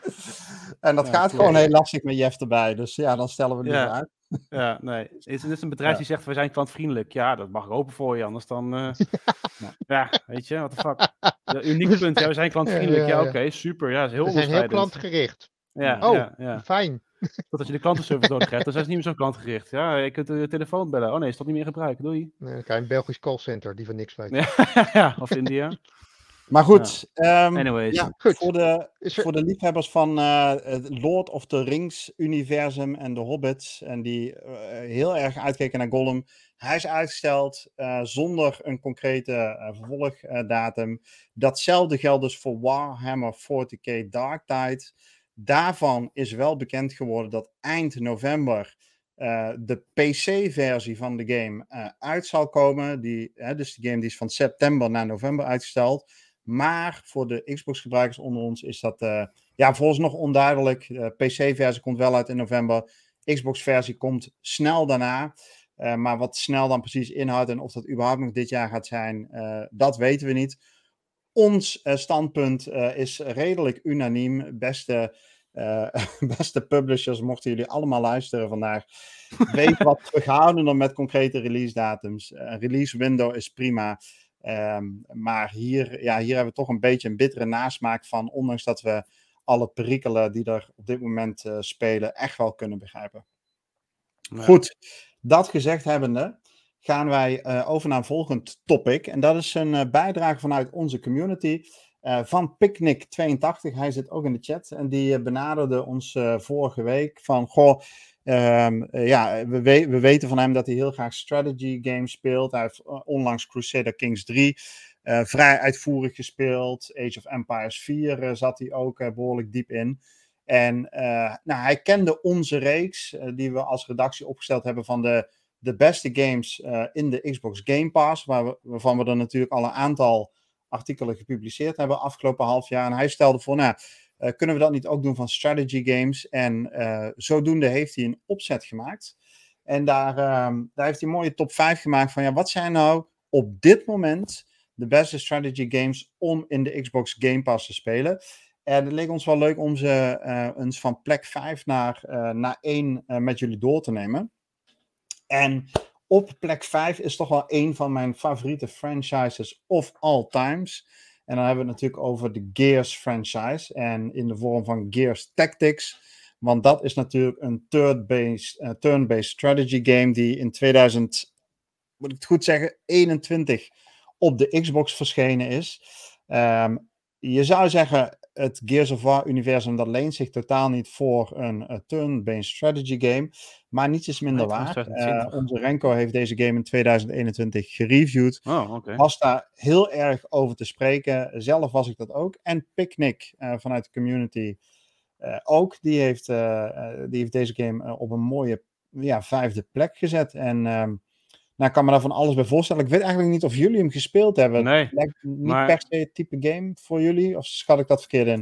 En dat ja, gaat gewoon heel lastig met Jeff erbij. Dus ja, dan stellen we het ja. liever uit. Ja, nee. Is het een bedrijf ja. die zegt, we zijn klantvriendelijk. Ja, dat mag ik open voor je, anders dan... Uh... ja. ja, weet je, what the fuck. Ja, uniek punt, ja, we zijn klantvriendelijk. Ja, ja, ja. oké, okay, super. Ja, dat is heel we zijn heel klantgericht. Ja, oh, ja, ja. fijn. Tot als je de klantenservice nodig hebt, dan zijn ze niet meer zo klantgericht. Ja, je kunt de telefoon bellen. Oh nee, is dat niet meer gebruiken, doei. Nee, dan krijg je een Belgisch callcenter die van niks weet. Ja, ja, of India. Maar goed, ja. um, Anyways. Ja, goed. Voor, de, er... voor de liefhebbers van uh, het Lord of the Rings universum en de Hobbits en die uh, heel erg uitkeken naar Gollum. Hij is uitgesteld uh, zonder een concrete uh, vervolgdatum. Uh, Datzelfde geldt dus voor Warhammer forty K Dark Tide. Daarvan is wel bekend geworden dat eind november uh, de P C-versie van de game uh, uit zal komen. Die, uh, dus de game die is van september naar november uitgesteld. Maar voor de Xbox-gebruikers onder ons is dat uh, ja, vooralsnog onduidelijk. De P C-versie komt wel uit in november. Xbox-versie komt snel daarna. Uh, maar wat snel dan precies inhoudt en of dat überhaupt nog dit jaar gaat zijn, uh, dat weten we niet. Ons uh, standpunt uh, is redelijk unaniem. Beste, uh, beste publishers, mochten jullie allemaal luisteren vandaag. Weet wat terughoudender met concrete release datums. Uh, release window is prima. Um, maar hier, ja, hier hebben we toch een beetje een bittere nasmaak van. Ondanks dat we alle perikelen die er op dit moment uh, spelen echt wel kunnen begrijpen. Ja. Goed, dat gezegd hebbende gaan wij uh, over naar een volgend topic. En dat is een uh, bijdrage vanuit onze community uh, van Picnic tweeëntachtig. Hij zit ook in de chat. En die uh, benaderde ons uh, vorige week van... Goh, um, uh, ja, we, we, we weten van hem dat hij heel graag strategy games speelt. Hij heeft uh, onlangs Crusader Kings drie uh, vrij uitvoerig gespeeld. Age of Empires vier uh, zat hij ook uh, behoorlijk diep in. En uh, nou, hij kende onze reeks uh, die we als redactie opgesteld hebben van de... de beste games uh, in de Xbox Game Pass, waar we, waarvan we er natuurlijk al een aantal artikelen gepubliceerd hebben afgelopen half jaar. En hij stelde voor, nou, uh, kunnen we dat niet ook doen van strategy games? En uh, zodoende heeft hij een opzet gemaakt. En daar, uh, daar heeft hij een mooie top vijf gemaakt van, ja, wat zijn nou op dit moment de beste strategy games om in de Xbox Game Pass te spelen? En het leek ons wel leuk om ze uh, eens van plek vijf naar, uh, naar één uh, met jullie door te nemen. En op plek vijf is toch wel een van mijn favoriete franchises of all times. En dan hebben we het natuurlijk over de Gears franchise. En in de vorm van Gears Tactics. Want dat is natuurlijk een third-based, uh, turn-based strategy game die in tweeduizend, moet ik het goed zeggen, eenentwintig op de Xbox verschenen is. Um, je zou zeggen, het Gears of War universum dat leent zich totaal niet voor een uh, turn-based strategy game. Maar niets is minder waar. Uh, onze Renko heeft deze game in tweeduizend eenentwintig gereviewd. Oh, okay. Was daar heel erg over te spreken. Zelf was ik dat ook. En Picnic uh, vanuit de community uh, ook. Die heeft, uh, uh, die heeft deze game uh, op een mooie ja, vijfde plek gezet. En um, nou, ik kan me daar van alles bij voorstellen. Ik weet eigenlijk niet of jullie hem gespeeld hebben. Nee. Het lijkt niet maar... per se het type game voor jullie. Of schat ik dat verkeerd in?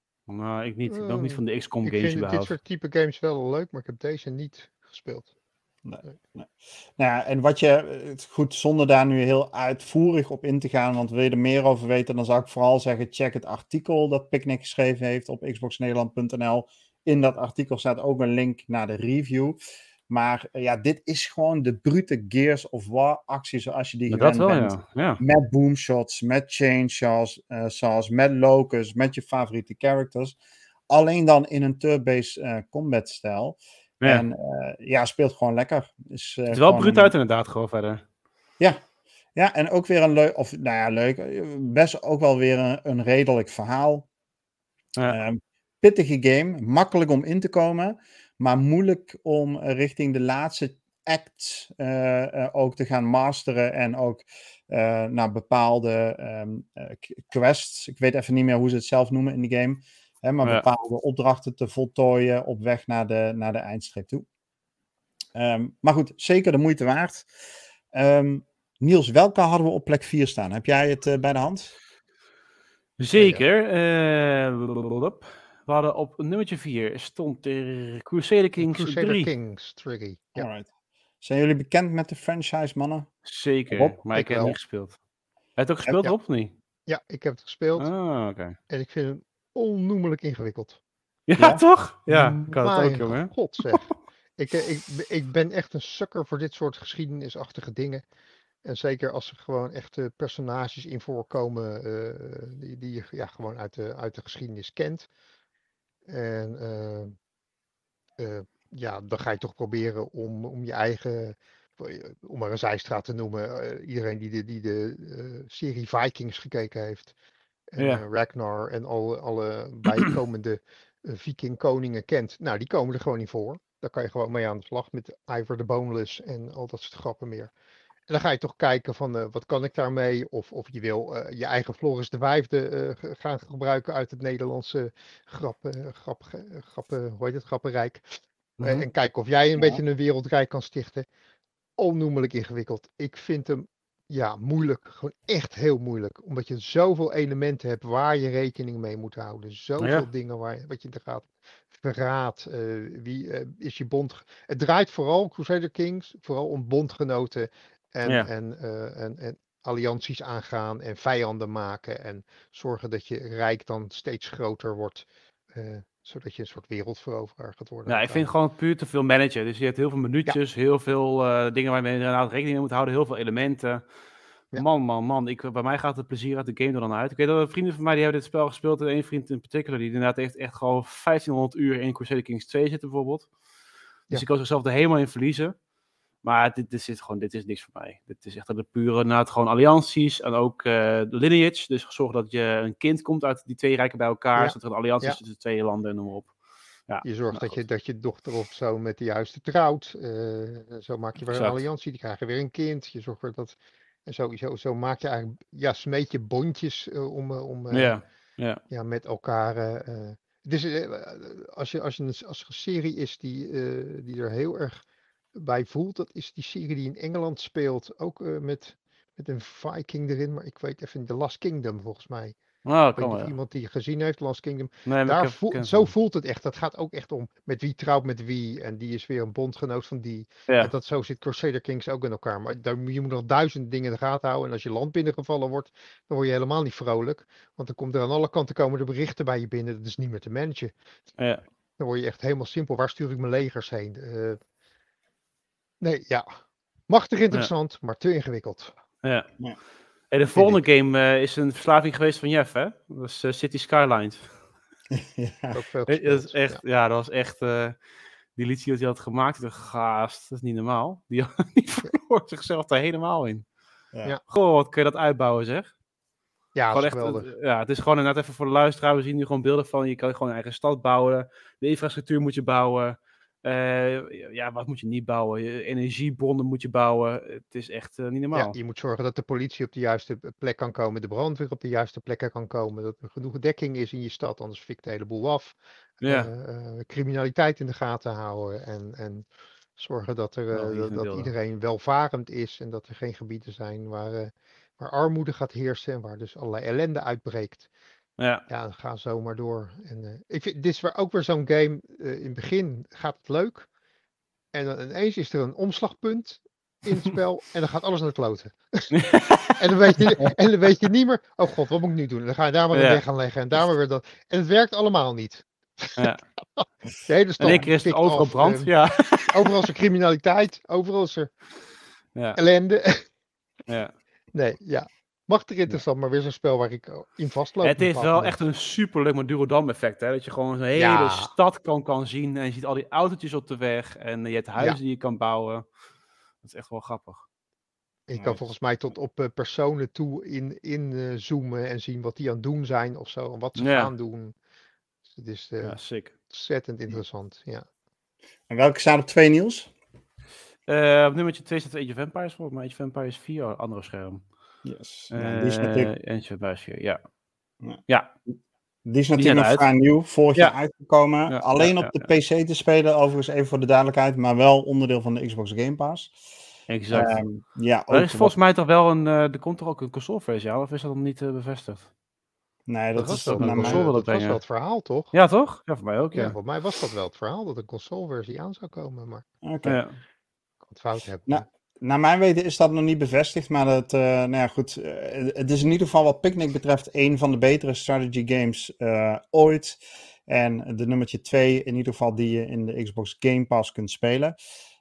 Nou, ik niet. Ik ben ook niet van de X COM ik games vind überhaupt. dit soort type games wel leuk, maar ik heb deze niet gespeeld. Nee, nee. Nou ja, en wat je, goed, zonder daar nu heel uitvoerig op in te gaan, want wil je er meer over weten, dan zou ik vooral zeggen, check het artikel dat Picnic geschreven heeft op xbox nederland punt n l. In dat artikel staat ook een link naar de review. Maar ja, dit is gewoon de brute Gears of War actie zoals je die Maar gewend dat wel, bent. ja. Ja. Met boomshots, met chainsaws, uh, saws, met locus, met je favoriete characters. Alleen dan in een turn-based uh, combat stijl. Ja. En uh, ja, speelt gewoon lekker. Is, uh, het is wel gewoon bruut een... uit inderdaad, gewoon verder. Ja. Ja, en ook weer een leuk, of nou ja, leuk, best ook wel weer een, een redelijk verhaal. Ja. Um, pittige game, makkelijk om in te komen, maar moeilijk om richting de laatste act uh, uh, ook te gaan masteren en ook uh, naar bepaalde um, uh, quests, ik weet even niet meer hoe ze het zelf noemen in de game, hè, maar ja. bepaalde opdrachten te voltooien op weg naar de, naar de eindstreep toe. Um, maar goed, zeker de moeite waard. Um, Niels, welke hadden we op plek vier staan? Heb jij het uh, bij de hand? Zeker. Uh, we hadden op nummertje vier stond er Crusader Kings Crusader drie. Kings drie. Ja. Alright. Zijn jullie bekend met de franchise, mannen? Zeker, Rob, maar ik, ik heb het niet gespeeld. Heb je het ook gespeeld, ja. Rob, of niet? Ja, ik heb het gespeeld. Ah, oké. Okay. En ik vind het onnoemelijk ingewikkeld. Ja, ja? toch? Ja, ik had het ook, Mijn jongen. god zeg. ik, ik, ik ben echt een sukker voor dit soort geschiedenisachtige dingen. En zeker als er gewoon echte personages in voorkomen uh, die, die je ja, gewoon uit de, uit de geschiedenis kent. En uh, uh, ja, dan ga je toch proberen om, om je eigen, om maar een zijstraat te noemen, uh, iedereen die de, die de uh, serie Vikings gekeken heeft. En ja. uh, Ragnar en alle, alle bijkomende uh, Viking koningen kent. Nou, die komen er gewoon niet voor. Daar kan je gewoon mee aan de slag met Ivor the Boneless en al dat soort grappen meer. En dan ga je toch kijken van uh, wat kan ik daarmee? Of, of je wil uh, je eigen Floris de Vijfde uh, gaan gebruiken uit het Nederlandse grappen, grap, grappen, hoe heet het, grappenrijk. Mm-hmm. Uh, en kijken of jij een ja. beetje een wereldrijk kan stichten. Onnoemelijk ingewikkeld. Ik vind hem ja, moeilijk. Gewoon echt heel moeilijk. Omdat je zoveel elementen hebt waar je rekening mee moet houden. Zoveel ja. dingen waar, wat je in de gaat. Verraad. Uh, wie uh, is je bond? Het draait vooral, Crusader Kings, vooral om bondgenoten. En, ja. en, uh, en, en allianties aangaan en vijanden maken en zorgen dat je rijk dan steeds groter wordt, uh, zodat je een soort wereldveroveraar gaat worden. Ja, ik vind gewoon puur te veel managen. Dus je hebt heel veel minuutjes, ja. heel veel uh, dingen waar je inderdaad rekening mee moet houden, heel veel elementen. Ja. Man, man, man. Ik, bij mij gaat het plezier uit de game er dan uit. Ik weet dat vrienden van mij die hebben dit spel gespeeld en één vriend in particular die inderdaad echt, echt gewoon vijftienhonderd uur in Crusader Kings twee zitten bijvoorbeeld. Dus ja. ik kan zichzelf er helemaal in verliezen. Maar dit, dit, is gewoon, dit is niks voor mij. Dit is echt de pure, nou, gewoon allianties en ook uh, lineage. Dus zorg dat je een kind komt uit die twee rijken bij elkaar. Ja. Zodat er een alliantie is ja. tussen twee landen en noem maar op. Ja, je zorgt nou, dat, je, dat je dochter of zo met de juiste trouwt. Uh, zo maak je weer exact. Een alliantie. Die krijgen weer een kind. Je zorgt voor dat... En zo, zo, zo maak je eigenlijk... Ja, smeet je bondjes uh, om, uh, om uh, ja. Ja. Ja, met elkaar... Uh, dus uh, als je als je een, als er een serie is die, uh, die er heel erg... bij voelt, dat is die serie die in Engeland speelt, ook uh, met, met een Viking erin, maar ik weet even, The Last Kingdom volgens mij. Oh, ik weet niet of ja. iemand die gezien heeft, Last Kingdom. Nee, Daar heb, voel, zo voelt het echt. Dat gaat ook echt om met wie trouwt met wie en die is weer een bondgenoot van die. Ja. En dat zo zit Crusader Kings ook in elkaar. Maar daar, je moet nog duizend dingen in de gaten houden en als je land binnengevallen wordt, dan word je helemaal niet vrolijk, want dan komt er aan alle kanten komen de berichten bij je binnen. Dat is niet meer te managen. Ja. Dan word je echt helemaal simpel. Waar stuur ik mijn legers heen? Uh, Nee, ja. Machtig interessant, ja. maar te ingewikkeld. Ja. ja. Hey, de volgende game uh, is een verslaving geweest van Jeff, hè? Dat is uh, City Skylines. ja. Ook veel dat is echt, ja. ja, dat was echt... Uh, die liedje die hij had gemaakt, de gaast, dat is niet normaal. Die, die verloor zichzelf daar helemaal in. Ja. Ja. Goh, wat kun je dat uitbouwen, zeg? Ja, dat is echt, geweldig. Ja, het is gewoon net even voor de luisteraar. We zien nu gewoon beelden van, je kan gewoon een eigen stad bouwen. De infrastructuur moet je bouwen. Uh, ja, wat moet je niet bouwen? Je energiebronnen moet je bouwen. Het is echt uh, niet normaal. Ja, je moet zorgen dat de politie op de juiste plek kan komen, de brandweer op de juiste plekken kan komen, dat er genoeg dekking is in je stad, anders fikt de hele boel af. Ja. Uh, uh, criminaliteit in de gaten houden en, en zorgen dat, er, uh, dat, dat iedereen welvarend is en dat er geen gebieden zijn waar, uh, waar armoede gaat heersen en waar dus allerlei ellende uitbreekt. Ja, ja ga zo maar door. En, uh, ik vind, dit is weer ook weer zo'n game, uh, in het begin gaat het leuk. En dan ineens is er een omslagpunt in het spel en dan gaat alles naar de kloten. en, dan weet je, en dan weet je niet meer, oh god, wat moet ik nu doen? En dan ga je daar maar een Ja. weg aan leggen en daar maar weer dat. En het werkt allemaal niet. Ja. De hele stad In één keer is het pikt overal af, brand. eh, Ja. Overal is er criminaliteit, overal is er Ja. ellende. Ja. Nee, ja. Machtig interessant, maar weer zo'n spel waar ik in vastloop. Het heeft wel echt een superleuk Madurodam effect, hè? Dat je gewoon een hele Ja. stad kan, kan zien en je ziet al die autootjes op de weg en je hebt huizen Ja. die je kan bouwen. Dat is echt wel grappig. Je kan Nice. volgens mij tot op uh, personen toe in, in uh, zoomen en zien wat die aan het doen zijn of zo. En wat ze Ja. gaan doen. Dus het is uh, Ja, sick. ontzettend interessant. Ja. En welke staat op twee, Niels? Uh, op nummertje twee staat Age of Empires, volgens mij Age of Empires vier, andere scherm. Yes. Uh, Ja, die is natuurlijk... Age of Empires vier, ja. Ja. Ja. Die is natuurlijk nog uit. vrij nieuw, vorig Ja. jaar uitgekomen. Ja, Alleen ja, op de ja, P C te spelen, overigens even voor de duidelijkheid, maar wel onderdeel van de Xbox Game Pass. Exact. Um, ja, er is ook volgens wat... mij toch wel een, uh, er komt toch ook een consoleversie aan, of is dat nog niet uh, bevestigd? Nee, dat, Dat, is was wel, naar een dat, mij... console uh, willen dat was brengen. wel het verhaal, toch? Ja, toch? Ja, voor mij ook, ja. Ja, voor mij was dat wel het verhaal, dat een consoleversie aan zou komen. Maar Oké. Okay. Ja. ik kan het fout hebben. Nou, naar mijn weten is dat nog niet bevestigd, maar dat, uh, nou ja, goed. Uh, het is in ieder geval wat Picnic betreft een van de betere strategy games uh, ooit. En de nummertje twee in ieder geval die je in de Xbox Game Pass kunt spelen.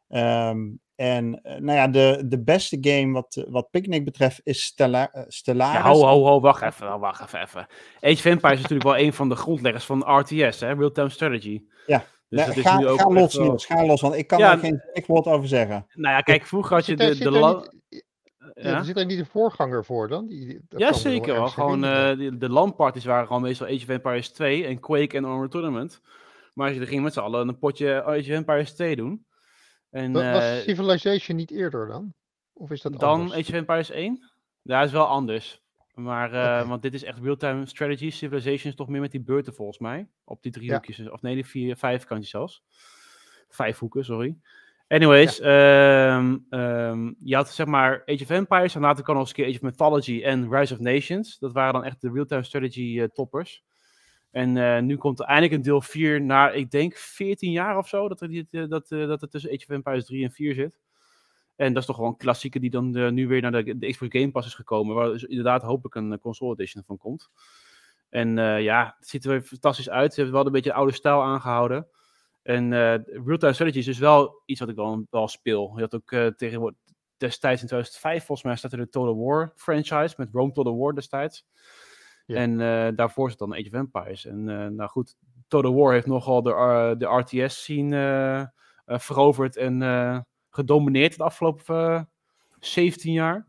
Um, en uh, nou ja, de, de beste game wat, wat Picnic betreft is Stella, uh, Stellaris. Ja, ho, ho, ho, wacht even, wacht even, even. Age of Empires is natuurlijk wel een van de grondleggers van R T S, hè, Real-Time Strategy. Ja. Dus nee, dat ga, is nu ook ga los, wel... Niels, ga los, want ik kan ja, er geen woord over zeggen. Nou ja, kijk, vroeger had je zit er, de... zit de er la... niet, ja, ja? Zit er niet een voorganger voor dan? Die, dat ja, kan me nog zeker wel. ergens Gewoon, herinneren. uh, de, de LAN-parties waren gewoon meestal Age of Empires twee en Quake en Armored Tournament. Maar je ging met z'n allen een potje Age of Empires twee doen. En, Wa- Was uh, Civilization niet eerder dan? Of is dat dan anders? Age of Empires één? Ja, dat is wel anders. Maar, uh, Oké. want dit is echt real-time strategy. Civilization is toch meer met die beurten volgens mij. Op die drie Ja. hoekjes. Of nee, die vier, vijf kantjes zelfs. Vijf hoeken, sorry. Anyways, ja. um, um, je had zeg maar Age of Empires. En later kwam nog eens een keer Age of Mythology en Rise of Nations. Dat waren dan echt de real-time strategy uh, toppers. En uh, nu komt er eindelijk een deel vier na, ik denk, veertien jaar of zo. Dat er, die, dat, uh, dat er tussen Age of Empires drie en vier zit. En dat is toch gewoon een klassieke die dan uh, nu weer naar de, de Xbox Game Pass is gekomen. Waar dus inderdaad hopelijk een uh, console edition van komt. En uh, ja, het ziet er weer fantastisch uit. Ze hebben wel een beetje de oude stijl aangehouden. En uh, real-time strategy is dus wel iets wat ik wel, wel speel. Je had ook uh, tegenwoordig, destijds in tweeduizend vijf volgens mij staat er de Total War franchise. Met Rome Total War destijds. Ja. En uh, daarvoor zit dan Age of Empires. En uh, nou goed, Total War heeft nogal de, uh, de R T S-scene uh, uh, veroverd en... Uh, gedomineerd de afgelopen uh, zeventien jaar.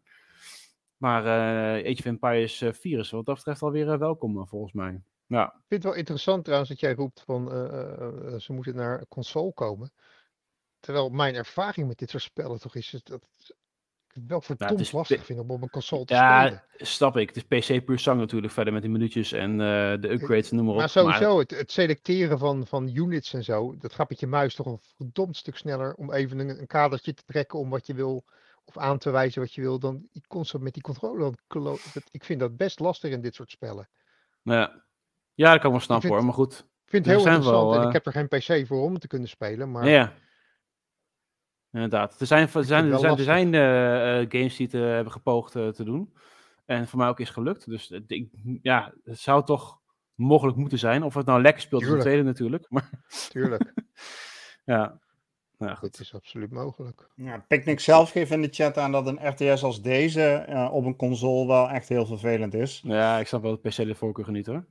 Maar uh, Age of Empires uh, vier is wat dat betreft alweer uh, welkom, uh, volgens mij. Ja. Ik vind het wel interessant trouwens dat jij roept van uh, uh, ze moeten naar console komen. Terwijl mijn ervaring met dit soort spellen toch is dat ik het wel verdomd ja, het lastig vind om op een console te ja, spelen. Ja, snap ik. Het is P C puur zang natuurlijk verder met die minuutjes en uh, de upgrades en noem maar op. Maar sowieso, maar... Het, het selecteren van, van units en zo, dat gaat met je muis toch een verdomd stuk sneller om even een, een kadertje te trekken om wat je wil, of aan te wijzen wat je wil, dan die console met die controller. Ik vind dat best lastig in dit soort spellen. Ja, ja dat kan ik wel snappen hoor, maar goed. Ik vind het heel interessant wel, uh... en ik heb er geen P C voor om te kunnen spelen, maar... Ja. Inderdaad. Er zijn, er zijn, er zijn, er zijn uh, games die het uh, hebben gepoogd uh, te doen. En voor mij ook is gelukt. Dus uh, ik, ja, het zou toch mogelijk moeten zijn. Of het nou lekker speelt, is een tweede natuurlijk. Maar... Tuurlijk. Ja. Nou, goed. Het is absoluut mogelijk. Ja, Picnic zelf geeft in de chat aan dat een R T S als deze uh, op een console wel echt heel vervelend is. Ja, ik snap wel dat P C de voorkeur geniet hoor.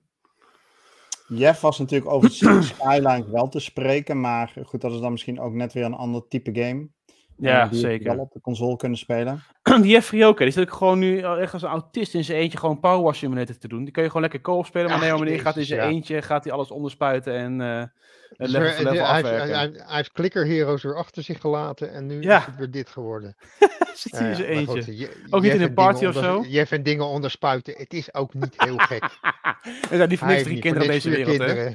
Jeff was natuurlijk over City Skylines wel te spreken, maar goed, dat is dan misschien ook net weer een ander type game. Ja, die zeker. wel op de console kunnen spelen. Die Jeffrey ook, hè. Die zit ook gewoon nu echt als een autist in zijn eentje gewoon Power Wash Simulator te doen. Die kun je gewoon lekker co-op spelen, maar nee, maar meneer gaat in zijn ja. eentje, gaat hij alles onderspuiten en uh, dus level voor level hij, afwerken. Hij, hij, hij heeft Clicker Heroes weer achter zich gelaten en nu ja. is het weer dit geworden. Zit hij uh, in zijn eentje. Goed, je, Jeff ook niet in een party of onder, zo? Jeff en dingen onderspuiten, het is ook niet heel gek. Er zijn niet voor niks drie kinderen in deze wereld, hè?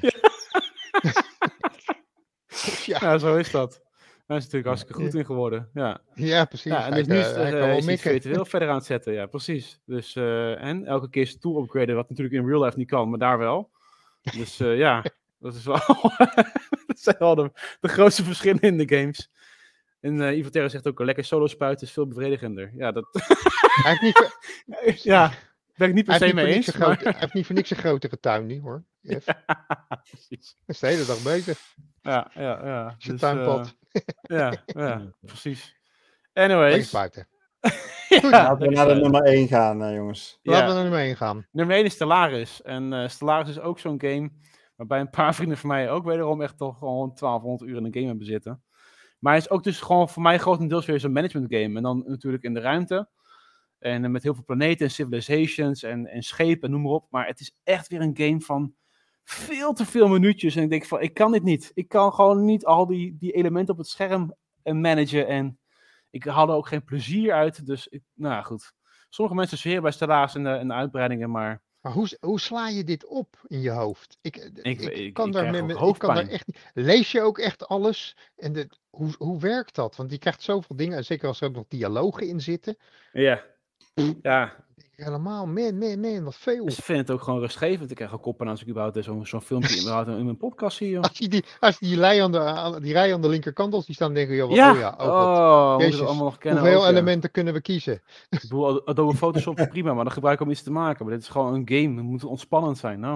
Ja. ja, zo is dat. Daar is natuurlijk hartstikke goed ja. in geworden. Ja, ja precies. Ja, en dus nu is, uh, uh, is hij virtueel verder aan het zetten. Ja, precies. Dus, uh, en elke keer zijn tool upgraden, wat natuurlijk in real life niet kan, maar daar wel. Dus uh, ja, dat is wel... dat zijn wel de, de grootste verschillen in de games. En uh, Ivo Terra zegt ook, lekker solo spuiten is veel bevredigender. Ja, dat... Hij heeft niet... Ver... ja, ben ik niet per se mee eens. Maar... Grote... Hij heeft niet voor niks een grotere tuin nu, hoor. Ja, precies. Hij is de hele dag bezig. Ja, ja, ja. Zijn dus, tuinpad. Uh, ja, ja, precies. Anyways. Spuiten. ja, laten we naar de nummer één gaan, uh, jongens. Laten ja. we naar nummer één gaan. Nummer één is Stellaris. En uh, Stellaris is ook zo'n game waarbij een paar vrienden van mij ook wederom echt toch gewoon twaalfhonderd uur in een game hebben zitten. Maar hij is ook dus gewoon voor mij grotendeels weer zo'n management game. En dan natuurlijk in de ruimte. En uh, met heel veel planeten en civilizations en, en schepen, noem maar op. Maar het is echt weer een game van veel te veel minuutjes. En ik denk van, ik kan dit niet. Ik kan gewoon niet al die, die elementen op het scherm uh, managen. En ik haal er ook geen plezier uit. Dus, ik, nou goed. Sommige mensen zweren bij Stellaris en de, en de uitbreidingen, maar... Maar hoe, hoe sla je dit op in je hoofd? Ik, ik, ik, ik kan, ik daar met, ik kan daar echt niet... Lees je ook echt alles? En de, hoe, hoe werkt dat? Want je krijgt zoveel dingen, zeker als er ook nog dialogen in zitten. Ja, ja. Helemaal, man, man, man, wat veel. Dus ik vind het ook gewoon rustgevend. Ik krijg ook koppen als ik überhaupt zo'n zo'n filmpje in, in mijn podcast zie. Joh. Als je die, als die, rij aan de, die rij aan de linkerkant, als die staan, denken je, ja. oh ja, oh, oh Jezus, allemaal nog kennen hoeveel ook, elementen ja. kunnen we kiezen? Ik bedoel, Adobe Photoshop is prima, maar dan gebruik ik om iets te maken. Maar dit is gewoon een game, het moet ontspannend zijn. Nou,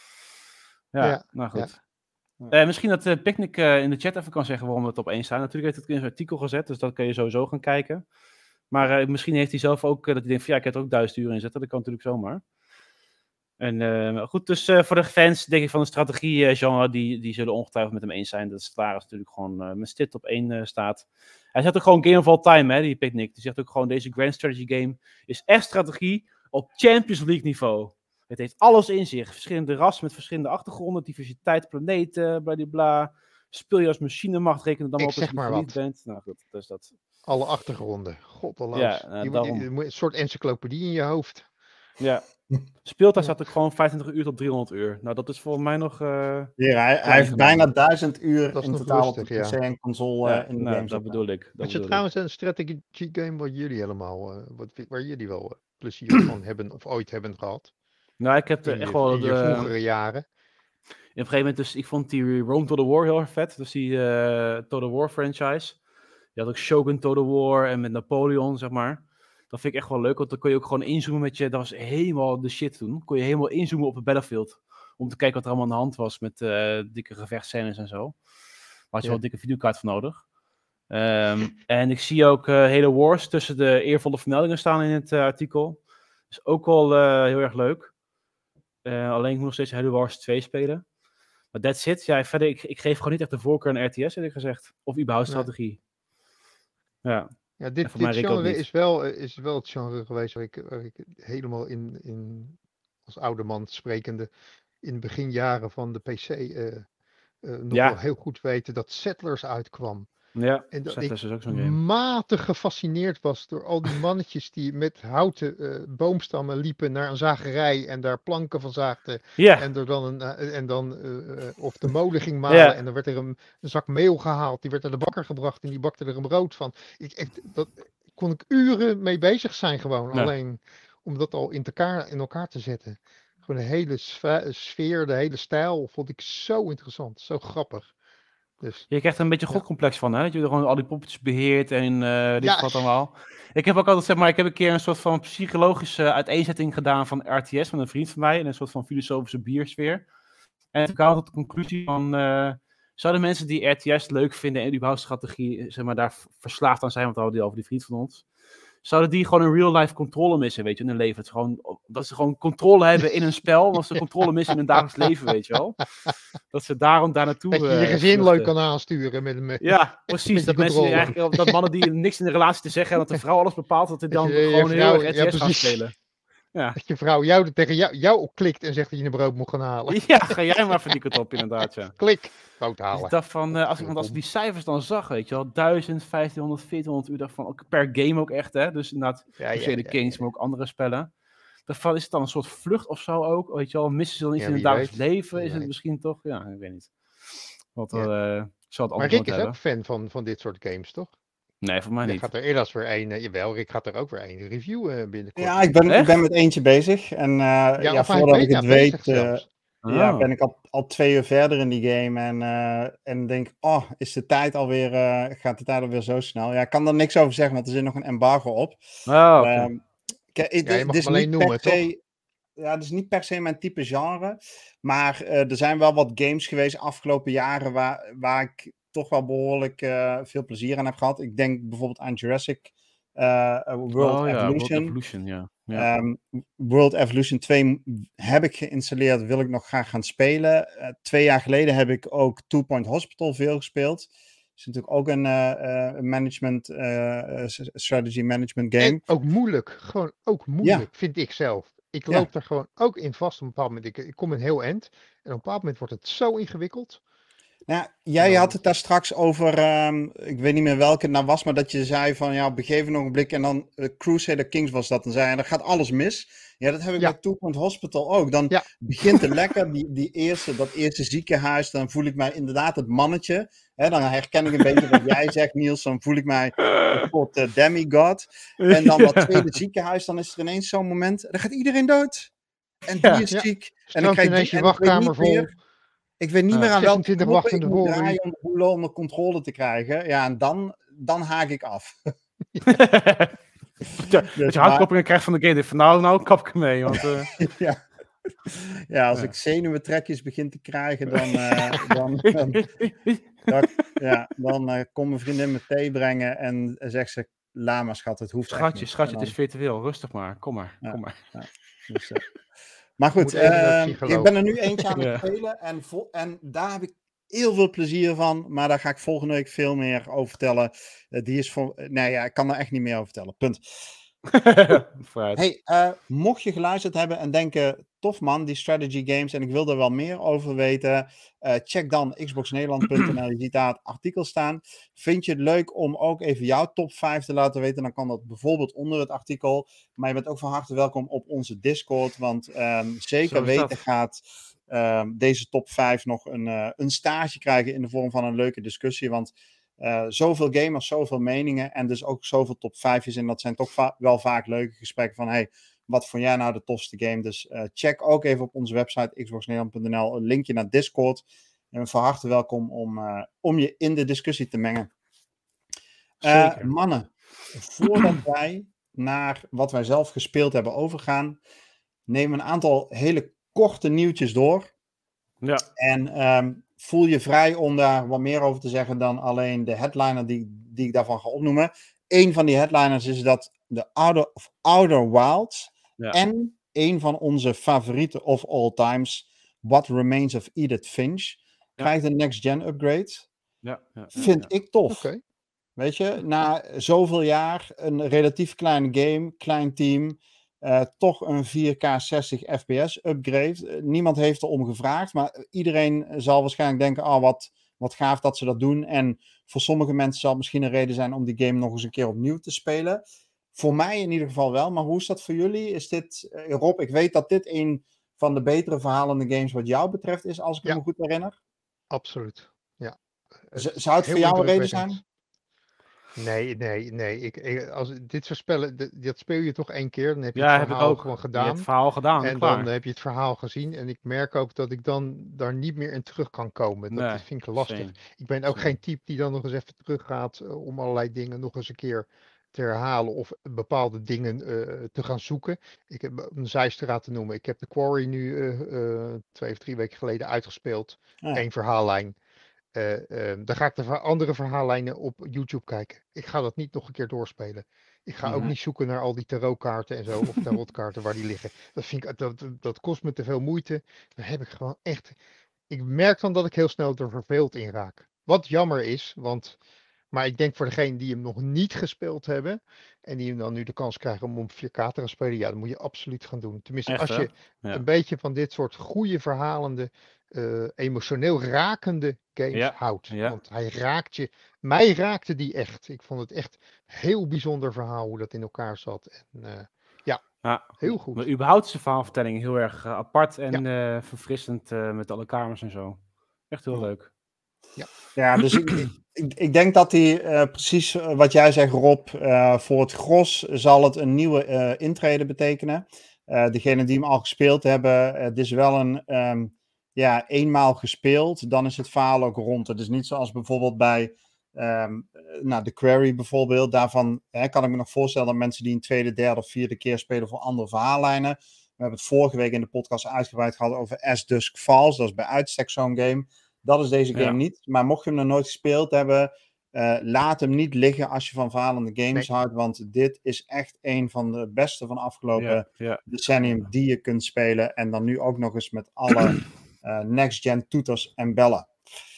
ja, ja. nou goed. Ja. Uh, misschien dat uh, Picnic uh, in de chat even kan zeggen waarom we het op één staan. Natuurlijk heeft het in zijn artikel gezet, dus dat kan je sowieso gaan kijken. Maar uh, misschien heeft hij zelf ook, uh, dat hij denkt van ja, ik heb er ook duizend uur in zitten. Dat kan natuurlijk zomaar. En uh, goed, dus uh, voor de fans, denk ik, van de strategie-genre, uh, die, die zullen ongetwijfeld met hem eens zijn. Dat Stellaris natuurlijk gewoon uh, met stip op één uh, staat. Hij zegt ook gewoon game of all time, hè, die Picnic. Die zegt ook gewoon, deze grand strategy game is echt strategie op Champions League niveau. Het heeft alles in zich. Verschillende rassen met verschillende achtergronden, diversiteit, planeten, bladibla. Speel je als machinemacht, reken dan ik op zeg als je maar wat. bent. Nou goed, dus dat... Alle achtergronden. Goddeloos. Ja, uh, je, daarom... je, je, een soort encyclopedie in je hoofd. Ja. Speeltijd staat ook gewoon vijfentwintig uur tot driehonderd uur. Nou, dat is volgens mij nog... Uh, ja, hij, hij heeft bijna duizend uur in totaal rustig, op de P C ja. en console ja, uh, in de nou, games. Dat bedoel ik. Dat is het trouwens een strategy game wat jullie helemaal, uh, wat, waar jullie wel uh, plezier van hebben of ooit hebben gehad? Nou, ik heb er in echt je, wel... In je de, vroegere jaren. In een gegeven moment, dus ik vond die Rome to the War heel erg vet. Dus die uh, To the War franchise. Je had ook Shogun To the War en met Napoleon, zeg maar. Dat vind ik echt wel leuk, want dan kon je ook gewoon inzoomen met je... Dat was helemaal de shit toen. Kon je helemaal inzoomen op het battlefield. Om te kijken wat er allemaal aan de hand was met uh, dikke gevechtscènes en zo. Daar had je ja. wel een dikke videokaart voor nodig. Um, en ik zie ook uh, hele wars tussen de eervolle vermeldingen staan in het uh, artikel. Is ook wel uh, heel erg leuk. Uh, alleen ik moet nog steeds Halo Wars twee spelen. Maar that's it. Ja, verder, ik, ik geef gewoon niet echt de voorkeur aan R T S, heb ik gezegd. Of überhaupt strategie. Nee. Ja. Ja, dit, dit genre is wel, is wel het genre geweest waar ik, waar ik helemaal in, in, als oude man sprekende, in de beginjaren van de P C uh, uh, nog ja. wel heel goed weten dat Settlers uitkwam. Ja, en dat Settlers ik is ook zo'n game. matig gefascineerd was door al die mannetjes die met houten uh, boomstammen liepen naar een zagerij en daar planken van zaagden. Ja. En er dan een, uh, en dan uh, of de molen ging malen ja. en dan werd er een, een zak meel gehaald. Die werd naar de bakker gebracht en die bakte er een brood van. Ik, ik, dat kon ik uren mee bezig zijn gewoon. Ja. Alleen om dat al in elkaar, in elkaar te zetten. Gewoon de hele sfeer, de hele stijl vond ik zo interessant. Zo grappig. Dus. Je krijgt er een beetje een godcomplex ja. van, hè? Dat je gewoon al die poppetjes beheert en uh, dit ja. wat allemaal. Ik heb ook altijd, zeg maar, ik heb een keer een soort van psychologische uiteenzetting gedaan van R T S met een vriend van mij in een soort van filosofische biersfeer. En toen kwam ik tot de conclusie van, uh, zouden mensen die R T S leuk vinden en überhaupt strategie, zeg maar, daar verslaafd aan zijn, want we hadden die over die vriend van ons. Zouden die gewoon een real-life controle missen, weet je, in hun leven. Het is gewoon, dat ze gewoon controle hebben in een spel, dat ze controle missen in hun dagelijks leven, weet je wel. Dat ze daarom daar naartoe... Dat je je gezin uh, leuk kan aansturen met een... Ja, precies. Dat, mensen die eigenlijk, dat mannen die niks in de relatie te zeggen hebben, dat de vrouw alles bepaalt, dat hij dan je, gewoon je vrouw, heel erg R T S ja, gaat spelen. Ja. Dat je vrouw jou tegen jou, jou opklikt en zegt dat je een brood moet gaan halen. Ja, ga jij maar van die kant op, inderdaad, ja. Klik, brood halen. Ik dacht van, uh, als, ik, want als ik die cijfers dan zag, weet je wel, duizend, vijftienhonderd, veertienhonderd uur, dacht van, ook per game ook echt, hè. Dus inderdaad, ja, ja, ja, Kings, ja. maar ook andere spellen. Daarvan is het dan een soort vlucht of zo ook, weet je wel, missen ze dan iets ja, in het dagelijks leven, is het weet. Misschien toch? Ja, ik weet niet. Wat, ja. uh, zal het maar Rick is hebben. Ook fan van, van dit soort games, toch? Nee, voor mij niet. Ik gaat er eerder weer een, uh, jawel, Rick gaat er ook weer een review uh, binnenkort. Ja, ik ben, ik ben met eentje bezig. En uh, ja, ja voordat ik het weet... Uh, Oh. ja, ben ik al, al twee uur verder in die game. En, uh, en denk, oh, is de tijd alweer, uh, gaat de tijd alweer zo snel? Ja, ik kan er niks over zeggen, want er zit nog een embargo op. Oh, okay. um, k- ja, je mag hem alleen noemen, toch? Se, ja, het is niet per se mijn type genre. Maar uh, er zijn wel wat games geweest afgelopen jaren waar, waar ik toch wel behoorlijk uh, veel plezier aan heb gehad. Ik denk bijvoorbeeld aan Jurassic uh, World oh, Evolution. Ja, World Evolution, ja. Ja. Um, World Evolution twee heb ik geïnstalleerd, wil ik nog graag gaan spelen. Uh, twee jaar geleden heb ik ook Two Point Hospital veel gespeeld. Dat is natuurlijk ook een uh, uh, management, uh, strategy management game. En ook moeilijk, gewoon ook moeilijk, ja. vind ik zelf. Ik loop ja. er gewoon ook in vast op een bepaald moment. Ik, ik kom een heel eind en op een bepaald moment wordt het zo ingewikkeld. Nou, jij had het daar straks over, um, ik weet niet meer welke het nou was, maar dat je zei van ja, op een gegeven ogenblik en dan uh, Crusader Kings was dat. Dan zei je, dan gaat alles mis. Ja, dat heb ik ja. bij Two Point Hospital ook. Dan ja. begint het lekker, die, die eerste, dat eerste ziekenhuis, dan voel ik mij inderdaad het mannetje. Hè, dan herken ik een beetje wat jij zegt, Niels, dan voel ik mij een soort uh, demigod. En dan dat tweede ziekenhuis, dan is er ineens zo'n moment, dan gaat iedereen dood. En die ja. is ziek. Ja. En dan krijg ineens je wachtkamer vol. Meer, ik weet niet uh, meer aan welke knoppen ik moet draaien om de boel onder controle te krijgen. Ja, en dan, dan haak ik af. Ja, dus dat je hartkloppingen krijgt van de game. Van nou, nou kap ik mee. Want, uh... ja. ja, als ja. ik zenuwentrekjes begin te krijgen, dan, uh, dan, dan, dan, ja, dan uh, komt mijn vriendin me thee brengen en zegt ze, laat maar schat, het hoeft schatje, echt niet. Schatje, dan... het is virtueel, rustig maar, kom maar, ja, kom maar. Ja, dus, uh... Maar goed, uh, ik ben er nu eentje aan het ja. spelen en, vo- en daar heb ik heel veel plezier van, maar daar ga ik volgende week veel meer over vertellen. Uh, die is voor, uh, nee ja, ik kan er echt niet meer over vertellen, punt. Hey, uh, mocht je geluisterd hebben en denken, tof man, die strategy games en ik wil er wel meer over weten, uh, check dan xbox nederland punt n l, je ziet daar het artikel staan. Vind je het leuk om ook even jouw top vijf te laten weten, dan kan dat bijvoorbeeld onder het artikel, maar je bent ook van harte welkom op onze Discord, want um, zeker weten dat. gaat um, deze top vijf nog een, uh, een stage krijgen in de vorm van een leuke discussie, want Uh, zoveel gamers, zoveel meningen en dus ook zoveel top vijfjes en dat zijn toch va- wel vaak leuke gesprekken van hey, wat vond jij nou de tofste game? Dus uh, check ook even op onze website xbox nederland punt n l een linkje naar Discord en van harte welkom om, uh, om je in de discussie te mengen. Uh, mannen, voordat wij naar wat wij zelf gespeeld hebben overgaan, nemen we een aantal hele korte nieuwtjes door. Ja. En um, voel je vrij om daar wat meer over te zeggen dan alleen de headliner die, die ik daarvan ga opnoemen. Eén van die headliners is dat de Outer, of Outer Wilds ja. en een van onze favorieten of all times, What Remains of Edith Finch, ja. krijgt een next-gen upgrade. Ja, ja, ja, Vind ja. ik tof. Okay. Weet je, na zoveel jaar, een relatief kleine game, klein team, Uh, toch een vier K zestig F P S upgrade. Uh, niemand heeft erom gevraagd, maar iedereen zal waarschijnlijk denken, oh, wat, wat gaaf dat ze dat doen. En voor sommige mensen zal het misschien een reden zijn om die game nog eens een keer opnieuw te spelen. Voor mij in ieder geval wel, maar hoe is dat voor jullie? Is dit, uh, Rob, ik weet dat dit een van de betere verhalende games wat jou betreft is, als ik ja. me goed herinner. Absoluut, ja. Z- zou het voor jou een reden zijn? Nee, nee, nee. Ik, ik, als dit soort spellen, dat speel je toch één keer. Dan heb je ja, het verhaal heb ik ook. gewoon gedaan. Je hebt het verhaal gedaan, En klaar. dan heb je het verhaal gezien. En ik merk ook dat ik dan daar niet meer in terug kan komen. Dat nee, vind ik lastig. same. Ik ben ook Same. geen type die dan nog eens even teruggaat uh, om allerlei dingen nog eens een keer te herhalen of bepaalde dingen uh, te gaan zoeken. Ik heb een zijstraat te noemen. Ik heb de Quarry nu uh, uh, twee of drie weken geleden uitgespeeld. Ja. Eén verhaallijn. Uh, uh, dan ga ik de ver- andere verhaallijnen op YouTube kijken. Ik ga dat niet nog een keer doorspelen. Ik ga ook niet zoeken naar al die tarotkaarten en zo, of tarotkaarten waar die liggen. Dat, vind ik, dat, dat kost me te veel moeite. Daar heb ik gewoon echt... Ik merk dan dat ik heel snel er verveeld in raak. Wat jammer is, want... Maar ik denk voor degenen die hem nog niet gespeeld hebben, en die hem dan nu de kans krijgen om op vier K te gaan spelen, ja, dat moet je absoluut gaan doen. Tenminste, echt, als je ja. een beetje van dit soort goede verhalende, uh, emotioneel rakende games ja. houdt. Ja. Want hij raakt je, mij raakte die echt. Ik vond het echt heel bijzonder verhaal hoe dat in elkaar zat. En uh, ja, ja, heel goed. Maar überhaupt is de verhaalvertelling heel erg uh, apart en ja. uh, verfrissend uh, met alle kamers en zo. Echt heel leuk. Ja, ja dus ik, ik, ik denk dat hij uh, precies wat jij zegt, Rob, uh, voor het gros zal het een nieuwe uh, intrede betekenen. Uh, degenen die hem al gespeeld hebben, uh, het is wel een, um, ja, eenmaal gespeeld, dan is het verhaal ook rond. Het is niet zoals bijvoorbeeld bij um, nou, The Quarry bijvoorbeeld. Daarvan hè, kan ik me nog voorstellen dat mensen die een tweede, derde of vierde keer spelen voor andere verhaallijnen. We hebben het vorige week in de podcast uitgebreid gehad over As Dusk Falls. Dat is bij uitstek zo'n game. Dat is deze game ja. niet. Maar mocht je hem nog nooit gespeeld hebben, uh, laat hem niet liggen als je van verhalende games nee. houdt. Want dit is echt een van de beste van de afgelopen ja, ja. decennium die je kunt spelen. En dan nu ook nog eens met alle uh, next-gen toeters en bellen.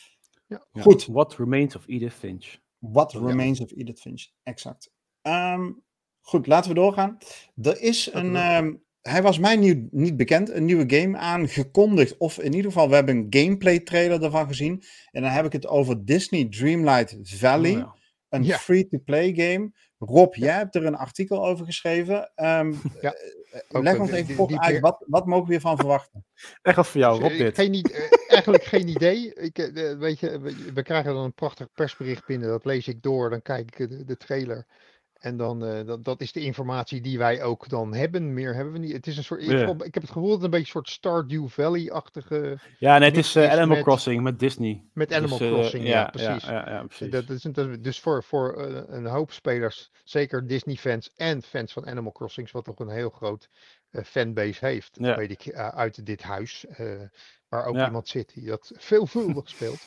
Ja. Goed. Ja. What Remains of Edith Finch. What ja. Remains of Edith Finch, exact. Um, goed, laten we doorgaan. Er is een... Um, hij was mij nieuw, niet bekend, een nieuwe game aangekondigd. Of in ieder geval, we hebben een gameplay trailer ervan gezien. En dan heb ik het over Disney Dreamlight Valley. Oh, ja. Een ja. free-to-play game. Rob, ja. jij hebt er een artikel over geschreven. Um, ja. uh, leg ons even kort uit, wat, wat mogen we hiervan verwachten? Echt wat voor jou, Rob, dit. Geen, uh, eigenlijk geen idee. Ik, uh, weet je, we, we krijgen dan een prachtig persbericht binnen. Dat lees ik door, dan kijk ik de, de trailer. En dan, uh, dat, dat is de informatie die wij ook dan hebben. Meer hebben we niet. Het is een soort, yeah. ik, ik heb het gevoel dat het een beetje een soort Stardew Valley-achtige... Ja, nee, het is uh, Animal met, Crossing met Disney. Met Animal dus, uh, Crossing, ja, ja precies. Ja, ja, ja, precies. Dat is, dat is, dus voor, voor uh, een hoop spelers, zeker Disney-fans en fans van Animal Crossing, wat toch een heel groot uh, fanbase heeft, ja. weet ik, uh, uit dit huis, uh, waar ook ja. iemand zit die dat veelvuldig speelt.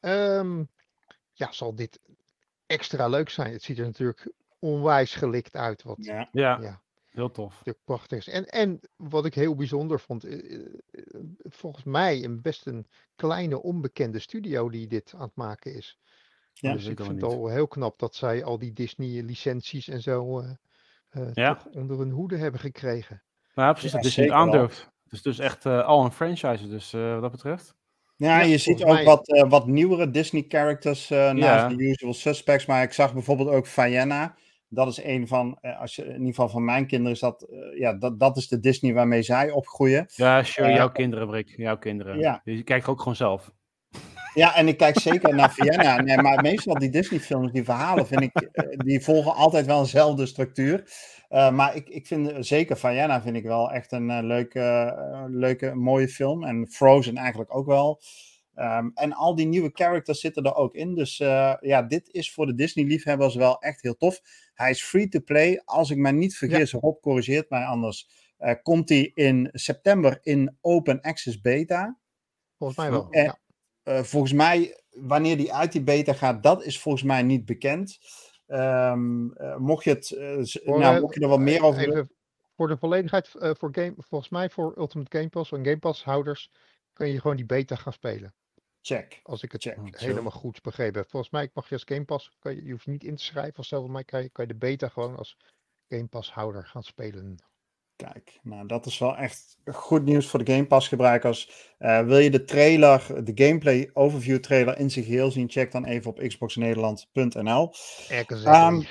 Um, ja, zal dit extra leuk zijn. Het ziet er natuurlijk onwijs gelikt uit. Wat, ja. Ja, ja, heel tof. Prachtig is. En, en wat ik heel bijzonder vond, uh, volgens mij een best een kleine onbekende studio die dit aan het maken is. Ja, dus ik vind het al heel knap dat zij al die Disney licenties en zo uh, uh, ja. toch onder hun hoede hebben gekregen. Nou, precies, ja, dat Disney het aandurft. Het is dus echt uh, al een franchise, dus uh, wat dat betreft. Ja, je ziet ook mij... wat, uh, wat nieuwere Disney-characters uh, naast ja. de usual suspects. Maar ik zag bijvoorbeeld ook Vienna. Dat is een van, uh, als je, in ieder geval van mijn kinderen, is dat, uh, ja, dat, dat is de Disney waarmee zij opgroeien. Ja, sure, uh, jouw kinderen, Brik, jouw kinderen. Ja. Je kijkt ook gewoon zelf. Ja, en ik kijk zeker naar Vienna. Nee, maar meestal die Disney-films, die verhalen, vind ik, uh, die volgen altijd wel eenzelfde structuur. Uh, maar ik, ik vind zeker Vienna vind ik wel echt een uh, leuke, uh, leuke, mooie film. En Frozen eigenlijk ook wel. Um, en al die nieuwe characters zitten er ook in. Dus uh, ja, dit is voor de Disney-liefhebbers wel echt heel tof. Hij is free-to-play. Als ik me niet vergis, ja. Rob corrigeert mij anders. Uh, komt hij in september in Open Access Beta. Volgens mij wel, en, ja. uh, volgens mij, wanneer die uit die beta gaat, dat is volgens mij niet bekend. Um, uh, mocht je het, uh, voor, nou, mocht je er wat meer over even, doen. Voor de volledigheid, uh, voor game, volgens mij voor Ultimate Game Pass en Game Pass houders, kun je gewoon die beta gaan spelen. Check. Als ik het Check. helemaal zo. goed begrepen heb. Volgens mij mag je als Game Pass, kan je, je hoeft niet in te schrijven. Of zelfs mij kan je, kan je de beta gewoon als Game Pass houder gaan spelen. Kijk, nou dat is wel echt goed nieuws voor de Game Pass gebruikers. Uh, wil je de trailer, de gameplay overview trailer in zijn geheel zien? Check dan even op xbox nederland punt n l. Exactly. Um,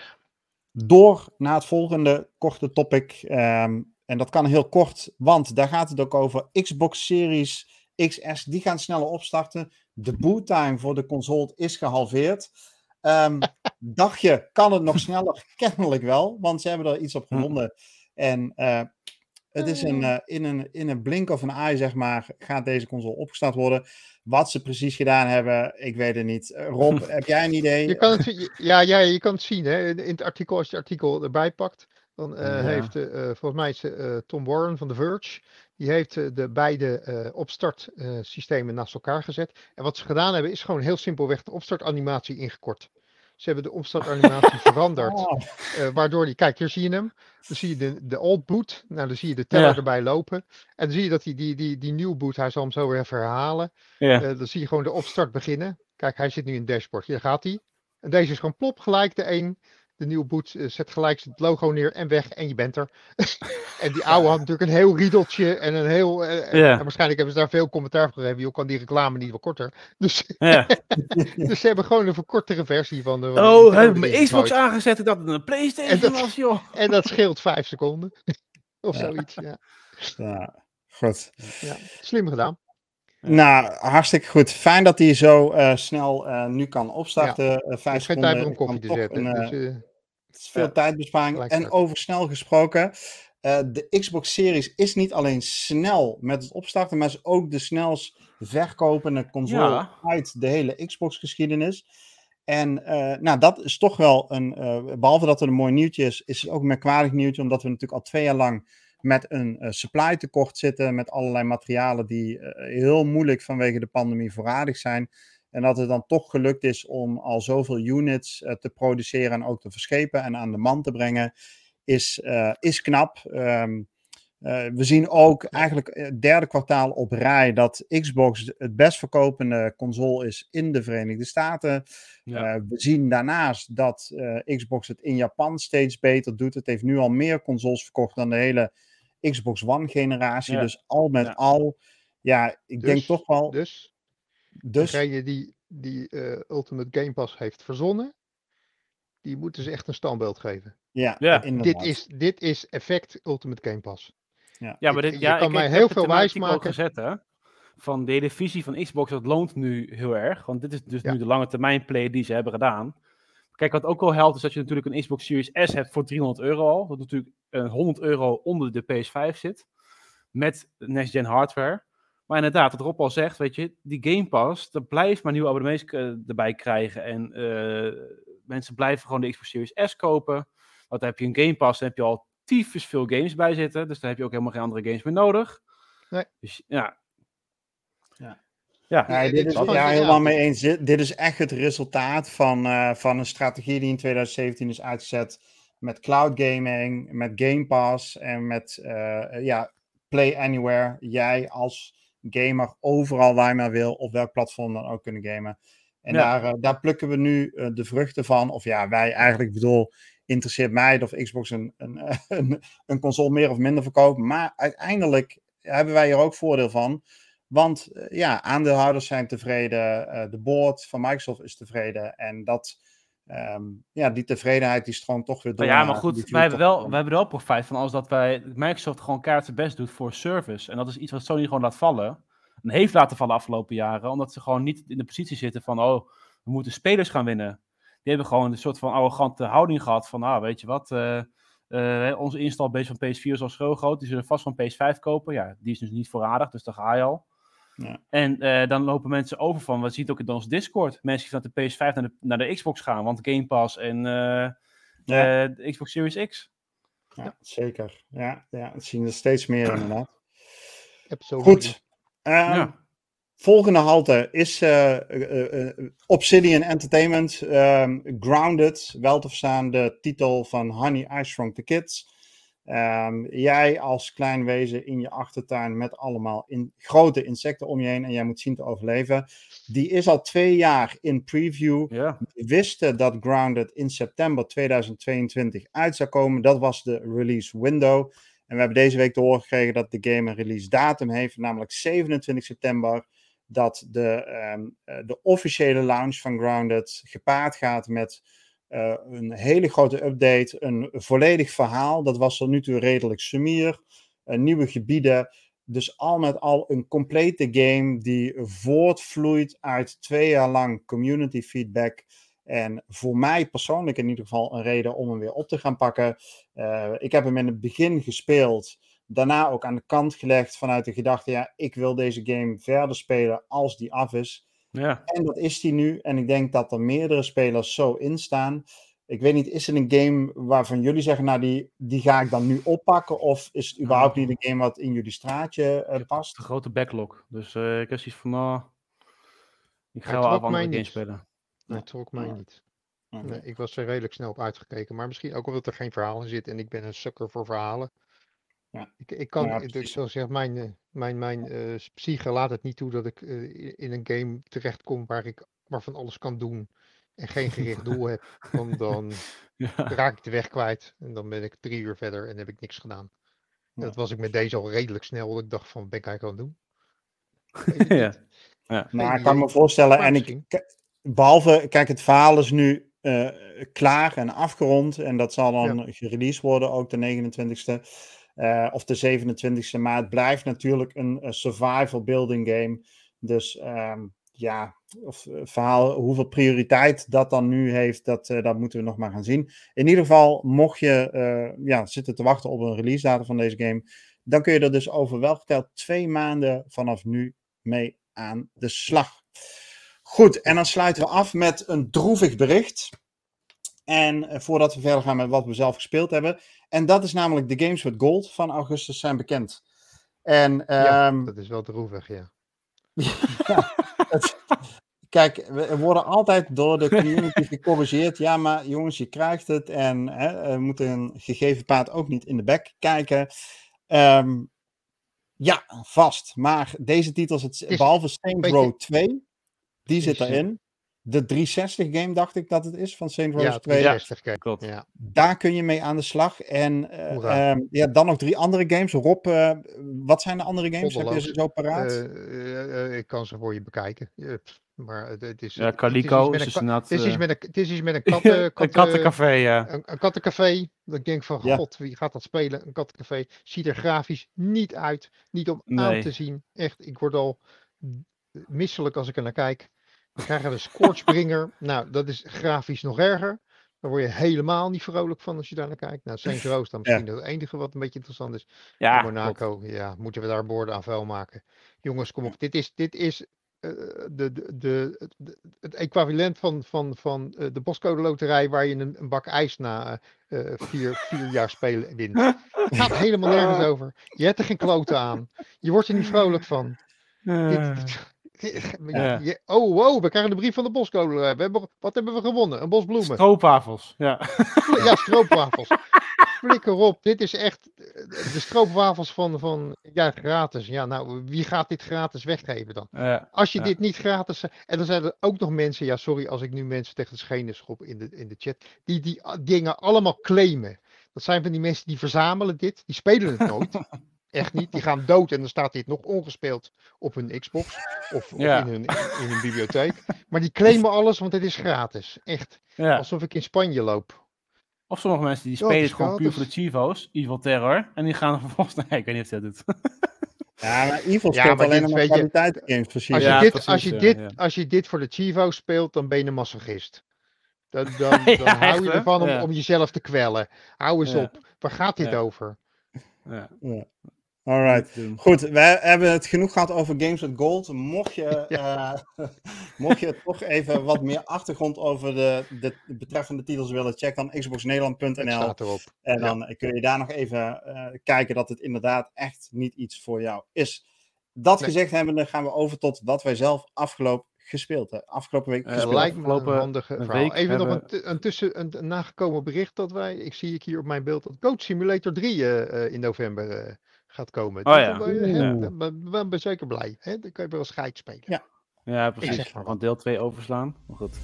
door naar het volgende korte topic. Um, en dat kan heel kort, want daar gaat het ook over Xbox Series X S. Die gaan sneller opstarten. De boottime voor de console is gehalveerd. Um, dacht je, kan het nog sneller? Kennelijk wel, want ze hebben er iets op gevonden. En uh, het is een, uh, in, een, in een blink of een eye, zeg maar, gaat deze console opgestart worden. Wat ze precies gedaan hebben, ik weet het niet. Uh, Rob, heb jij een idee? Je kan het, ja, ja, je kan het zien. Hè? In het artikel, als je het artikel erbij pakt, dan uh, ja. heeft, uh, volgens mij is uh, Tom Warren van The Verge, die heeft uh, de beide uh, opstartsystemen uh, naast elkaar gezet. En wat ze gedaan hebben, is gewoon heel simpelweg de opstartanimatie ingekort. Ze hebben de opstartanimatie veranderd. Oh. Uh, waardoor die, kijk, hier zie je hem. Dan zie je de, de old boot. Nou, dan zie je de teller ja. erbij lopen. En dan zie je dat die, die, die, die nieuw boot, hij zal hem zo weer even herhalen. Ja. Uh, dan zie je gewoon de opstart beginnen. Kijk, hij zit nu in het dashboard. Hier gaat hij. En deze is gewoon plop gelijk de een. De nieuwe boot uh, zet gelijk het logo neer en weg. En je bent er. En die oude had natuurlijk een heel riedeltje. En een heel... Uh, ja. En waarschijnlijk hebben ze daar veel commentaar voor gegeven. Je kan die reclame niet wat korter. Dus, ja. Dus ze hebben gewoon een verkortere versie van de... Oh, heb ik mijn Xbox aangezet. Ik dacht dat het een PlayStation dat, was, joh. En dat scheelt vijf seconden. Of ja. zoiets, ja. Ja, goed. Ja, slim gedaan. Nou, hartstikke goed. Fijn dat hij zo uh, snel uh, nu kan opstarten. Ja. Uh, vijf geen tijd om koffie te zetten. Een, uh, dus, uh, het is veel uh, tijdbesparing. En over snel gesproken. Uh, de Xbox Series is niet alleen snel met het opstarten, maar is ook de snelst verkopende console Ja. uit de hele Xbox-geschiedenis. En uh, nou, dat is toch wel een, uh, behalve dat het een mooi nieuwtje is, is het ook een merkwaardig nieuwtje, omdat we natuurlijk al twee jaar lang met een uh, supply tekort zitten, met allerlei materialen die uh, heel moeilijk vanwege de pandemie voorradig zijn. En dat het dan toch gelukt is om al zoveel units uh, te produceren en ook te verschepen en aan de man te brengen, is, uh, is knap. Um, uh, we zien ook eigenlijk het derde kwartaal op rij dat Xbox het best verkopende console is in de Verenigde Staten. Ja. Uh, we zien daarnaast dat uh, Xbox het in Japan steeds beter doet. Het heeft nu al meer consoles verkocht dan de hele Xbox One generatie. Ja. Dus al met ja. al, ja, ik dus, denk toch wel... Dus, dus degene die, die uh, Ultimate Game Pass heeft verzonnen, die moeten ze echt een standbeeld geven. Ja, ja. Dit, is, dit is effect Ultimate Game Pass. Ja, ja maar dit, je, ja, je kan ik, mij ik heel veel wijs maken. Ook gezet, hè? Van de hele visie van Xbox, dat loont nu heel erg. Want dit is dus ja. nu de lange termijn play die ze hebben gedaan. Kijk, wat ook wel helpt is dat je natuurlijk een Xbox Series S hebt voor driehonderd euro al. Dat natuurlijk uh, honderd euro onder de P S vijf zit. Met next-gen hardware. Maar inderdaad, wat Rob al zegt, weet je, die Game Pass, dat blijft maar nieuwe abonnees uh, erbij krijgen. En uh, mensen blijven gewoon de Xbox Series S kopen. Want dan heb je een Game Pass, dan heb je al tyfus veel games bij zitten. Dus dan heb je ook helemaal geen andere games meer nodig. Nee. Dus ja. Ja. Ja, ja, dit is, ja helemaal mee eens. Dit, dit is echt het resultaat van, uh, van een strategie die in twintig zeventien is uitgezet met cloud gaming, met Game Pass en met uh, ja, Play Anywhere. Jij als gamer overal waar je maar wil, op welk platform dan ook kunnen gamen. En ja. daar, uh, daar plukken we nu uh, de vruchten van. Of ja, wij eigenlijk, bedoel, interesseert mij het of Xbox een, een, een, een console meer of minder verkoopt. Maar uiteindelijk hebben wij hier ook voordeel van. Want uh, ja, aandeelhouders zijn tevreden, uh, de board van Microsoft is tevreden. En dat, um, ja, die tevredenheid die stroomt toch weer door. Ja, maar goed, wij hebben, wel, wij hebben er wel profijt van als dat wij Microsoft gewoon keihard zijn best doet voor service. En dat is iets wat Sony gewoon laat vallen. En heeft laten vallen de afgelopen jaren. Omdat ze gewoon niet in de positie zitten van, oh, we moeten spelers gaan winnen. Die hebben gewoon een soort van arrogante houding gehad van, ah, weet je wat, uh, uh, onze installbase van P S vier is al zo groot. Die zullen vast van P S vijf kopen. Ja, die is dus niet voorradig, dus daar ga je al. Ja. En uh, dan lopen mensen over van, we zien het ook in ons Discord, mensen die van de P S vijf naar de, naar de Xbox gaan, want Game Pass en uh, ja. uh, de Xbox Series X. Ja, ja. Zeker. Ja, ja, dat zien we steeds meer inderdaad. Absolutely. Goed. Um, ja. Volgende halte is uh, uh, uh, Obsidian Entertainment, um, Grounded, wel te verstaan de titel van Honey, I Shrunk the Kids. Um, jij als klein wezen in je achtertuin met allemaal in, grote insecten om je heen en jij moet zien te overleven. Die is al twee jaar in preview. Ja. We wisten dat Grounded in september tweeduizend tweeëntwintig uit zou komen. Dat was de release window. En we hebben deze week te horen gekregen dat de game een release datum heeft, namelijk zevenentwintig september. Dat de, um, de officiële launch van Grounded gepaard gaat met uh, een hele grote update, een volledig verhaal. Dat was tot nu toe redelijk sumier. Uh, nieuwe gebieden. Dus al met al een complete game die voortvloeit uit twee jaar lang community feedback. En voor mij persoonlijk in ieder geval een reden om hem weer op te gaan pakken. Uh, ik heb hem in het begin gespeeld. Daarna ook aan de kant gelegd vanuit de gedachte, ja, ik wil deze game verder spelen als die af is. Ja. En dat is die nu. En ik denk dat er meerdere spelers zo in staan. Ik weet niet, is het een game waarvan jullie zeggen, nou, die, die ga ik dan nu oppakken? Of is het überhaupt niet een game wat in jullie straatje uh, past? Een grote backlog. Dus uh, ik heb zoiets van, nou, ik ga wel af andere games spelen. Nee, het trok mij niet. Okay. Nee, ik was er redelijk snel op uitgekeken. Maar misschien ook omdat er geen verhaal in zit. En ik ben een sukker voor verhalen. Ja. Ik, ik kan, ja, dus, zoals zeg, mijn, mijn, mijn uh, psyche laat het niet toe dat ik uh, in een game terechtkom waar ik waarvan alles kan doen en geen gericht doel heb. Dan, dan ja. raak ik de weg kwijt en dan ben ik drie uur verder en heb ik niks gedaan. Ja. Dat was ik met deze al redelijk snel, dat ik dacht van, ben ik eigenlijk aan het doen? ja. Ja. Nou, ik kan me voorstellen, en ik, behalve, kijk, het verhaal is nu uh, klaar en afgerond en dat zal dan ja. gereleased worden, ook de negenentwintigste. Uh, of de zevenentwintigste, maar het blijft natuurlijk een, een survival building game. Dus um, ja, of uh, verhaal, hoeveel prioriteit dat dan nu heeft, dat, uh, dat moeten we nog maar gaan zien. In ieder geval, mocht je uh, ja, zitten te wachten op een release datum van deze game, dan kun je er dus over welgeteld twee maanden vanaf nu mee aan de slag. Goed, en dan sluiten we af met een droevig bericht. En uh, voordat we verder gaan met wat we zelf gespeeld hebben. En dat is namelijk de Games with Gold van augustus zijn bekend. En, um, ja, dat is wel droevig, ja. ja het, kijk, we worden altijd door de community gecorrigeerd. Ja, maar jongens, je krijgt het. En hè, we moeten een gegeven paard ook niet in de bek kijken. Um, ja, vast. Maar deze titels, het, is, behalve Saints Row twee, die zit erin. De driehonderdzestig game dacht ik dat het is, van Saints Row ja, twee. driehonderdzestig, kijk. Klopt. Ja. Daar kun je mee aan de slag. En uh, um, ja, dan nog drie andere games. Rob, uh, wat zijn de andere games? Heb je ze zo paraat? Uh, uh, uh, ik kan ze voor je bekijken. Uh, maar het is... Ja, Calico is dus net... Het is iets met een, het is iets met een katten... katten, een kattencafé, ja. Een, een kattencafé. Dat ik denk van, ja. god, wie gaat dat spelen? Een kattencafé. Ziet er grafisch niet uit. Niet om nee. aan te zien. Echt, ik word al misselijk als ik er naar kijk. We krijgen de Scorchbringer. Nou, dat is grafisch nog erger. Daar word je helemaal niet vrolijk van als je daar naar kijkt. Nou, Saints Row is dan misschien ja. het enige wat een beetje interessant is. Ja, Monaco, klopt. Ja, moeten we daar borden aan vuil maken. Jongens, kom op. Dit is, dit is uh, de, de, de, de, het equivalent van, van, van uh, de Postcode Loterij waar je een, een bak ijs na uh, vier, vier jaar spelen wint. Het gaat helemaal nergens over. Je hebt er geen kloten aan. Je wordt er niet vrolijk van. Uh. Dit, dit, Ja. Ja. Oh, wow, we krijgen de brief van de Postcode. We hebben, wat hebben we gewonnen? Een bos bloemen. Stroopwafels, ja. Ja, stroopwafels. Flikker op, dit is echt de stroopwafels van, van, ja, gratis. Ja, nou, wie gaat dit gratis weggeven dan? Ja. Als je ja. dit niet gratis... En dan zijn er ook nog mensen, ja, sorry als ik nu mensen tegen de schenen schop in de, in de chat, die die dingen allemaal claimen. Dat zijn van die mensen die verzamelen dit, die spelen het nooit. Echt niet, die gaan dood en dan staat dit nog ongespeeld op hun Xbox of, of ja. in, hun, in, in hun bibliotheek. Maar die claimen alles, want het is gratis. Echt. Ja. Alsof ik in Spanje loop. Of sommige mensen die spelen het gewoon puur voor de Chivo's, Evil Terror, en die gaan vervolgens... Nee, ik weet niet of dat doet. Ja, maar Evil ja, speelt alleen maar kwaliteit games. Als je, ja, dit, precies, als, je ja, dit, ja. als je dit voor de Chivo speelt, dan ben je een masochist. Dan, dan, dan ja, hou je ervan om, ja. om jezelf te kwellen. Hou eens ja. op. Waar gaat dit ja. over? Ja. ja. Alright. Goed, we hebben het genoeg gehad over Games with Gold. Mocht je, ja. uh, mocht je toch even wat meer achtergrond over de, de betreffende titels willen, check dan xbox nederland punt n l. En dan ja. kun je daar nog even uh, kijken dat het inderdaad echt niet iets voor jou is. Dat nee. gezegd hebbende gaan we over tot wat wij zelf afgelopen gespeeld hebben. Afgelopen week gespeeld. Uh, lijkt me een handige verhaal. Even hebben... nog een, een tussen een, een nagekomen bericht dat wij, ik zie ik hier op mijn beeld, dat Goat Simulator drie uh, uh, in november uh, gaat komen. Oh, ja. ben, uh, ja. ben, ben, ben, ben zeker blij. Hè? Dan kan je wel eens geit spelen. Ja, ja precies. We gaan deel twee overslaan. Maar goed.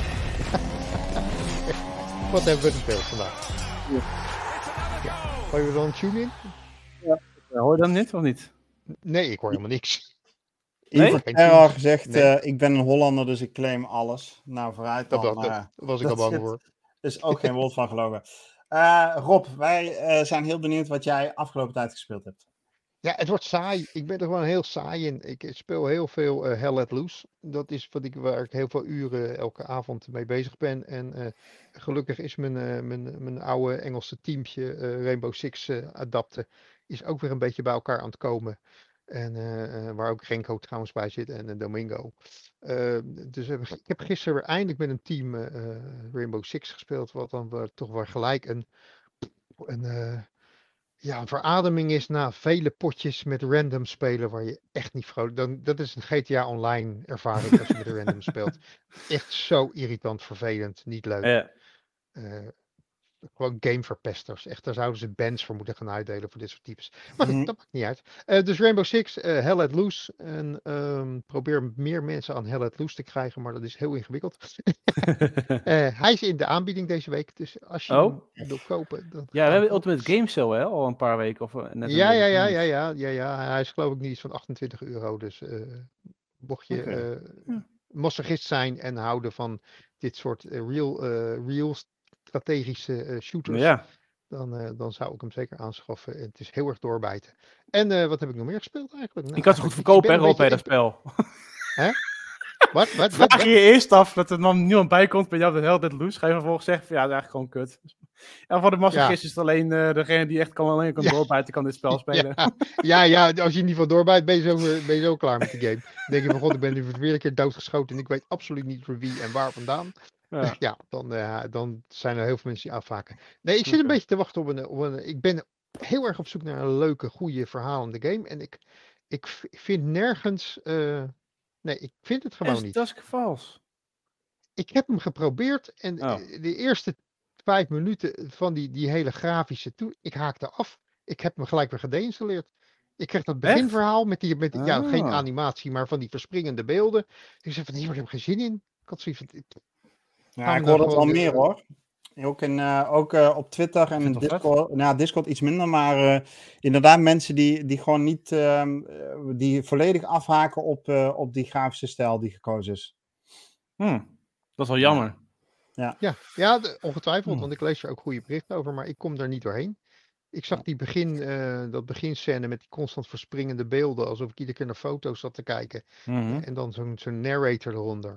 Wat hebben we gespeeld vandaag? Ja. Ja. Gooi je dan een tune in? Ja. Ja, hoor je dan niet of niet? Nee, ik hoor helemaal niks. Nee? Ik heb al gezegd, nee. uh, ik ben een Hollander, dus ik claim alles. Nou, vooruit dan. Dat, dat, uh, dat was ik al bang voor. Er is ook geen woord van gelogen. Uh, Rob, wij uh, zijn heel benieuwd wat jij afgelopen tijd gespeeld hebt. Ja, het wordt saai. Ik ben er gewoon heel saai in. Ik speel heel veel uh, Hell Let Loose. Dat is wat ik, waar ik heel veel uren elke avond mee bezig ben. En uh, gelukkig is mijn, uh, mijn, mijn oude Engelse teampje, uh, Rainbow Six uh, adapter, is ook weer een beetje bij elkaar aan het komen. En uh, waar ook Renko trouwens bij zit en uh, Domingo. Uh, dus uh, ik heb gisteren weer eindelijk met een team uh, Rainbow Six gespeeld. Wat dan uh, toch weer gelijk een, een, uh, ja, een verademing is na vele potjes met random spelen. Waar je echt niet vrolijk... Dan, dat is een G T A Online ervaring als je met random speelt. Echt zo irritant, vervelend, niet leuk. Ja. Uh, Gewoon gameverpesters. Echt, daar zouden ze bands voor moeten gaan uitdelen voor dit soort types. Maar goed, mm. dat maakt niet uit. Uh, dus Rainbow Six, uh, Hell Let Loose. En um, probeer meer mensen aan Hell Let Loose te krijgen, maar dat is heel ingewikkeld. uh, hij is in de aanbieding deze week, dus als je oh. hem wil kopen... Dan ja, we hebben Ultimate Game Sale hè, al een paar weken. Of net ja, ja, ja, ja, ja, ja, ja. Hij is geloof ik niet iets van achtentwintig euro. Dus uh, mocht je okay. uh, ja. massagist zijn en houden van dit soort uh, real, uh, real strategische uh, shooters, ja. dan, uh, dan zou ik hem zeker aanschaffen. Het is heel erg doorbijten. En uh, wat heb ik nog meer gespeeld eigenlijk? Nou, ik kan het goed verkopen, hè, Rob, dat spel. Hè? Wat? Wat? Vraag je je eerst af dat er dan niemand bij komt, ben je altijd heel dit loes. Ga je vervolgens zeggen van ja, dat is eigenlijk gewoon kut. En voor de massagist ja. is het alleen uh, degene die echt kan, alleen kan ja. doorbijten, kan dit spel spelen. Ja. ja, ja, als je in ieder geval doorbijt, ben je zo, ben je zo klaar met de game. Dan denk je van god, ik ben nu weer een keer doodgeschoten en ik weet absoluut niet voor wie en waar vandaan. Ja, ja dan, uh, dan zijn er heel veel mensen die afhaken. Nee, ik zit een okay. beetje te wachten op een, op een... Ik ben heel erg op zoek naar een leuke, goede verhalende game. En ik, ik vind nergens... Uh, nee, ik vind het gewoon niet. Dat is vals. Ik heb hem geprobeerd en oh. de eerste vijf minuten van die, die hele grafische toe, ik haakte af. Ik heb hem gelijk weer gedeinstalleerd. Ik kreeg dat beginverhaal met die, met die, ah. ja, geen animatie, maar van die verspringende beelden. Ik zei van, hier heb ik geen zin in. Ik had zoiets van... Ja, ik hoor dat al meer hoor. Ook, in, uh, ook uh, op Twitter en in Discord. Nou, Discord iets minder, maar uh, inderdaad mensen die, die gewoon niet, uh, die volledig afhaken op, uh, op die grafische stijl die gekozen is. Hmm, dat is wel jammer. Ja, ja, ja de, ongetwijfeld, hmm. want ik lees er ook goede berichten over, maar ik kom daar niet doorheen. Ik zag die begin, uh, dat beginscène met die constant verspringende beelden, alsof ik iedere keer naar foto's zat te kijken. Mm-hmm. En dan zo'n, zo'n narrator eronder.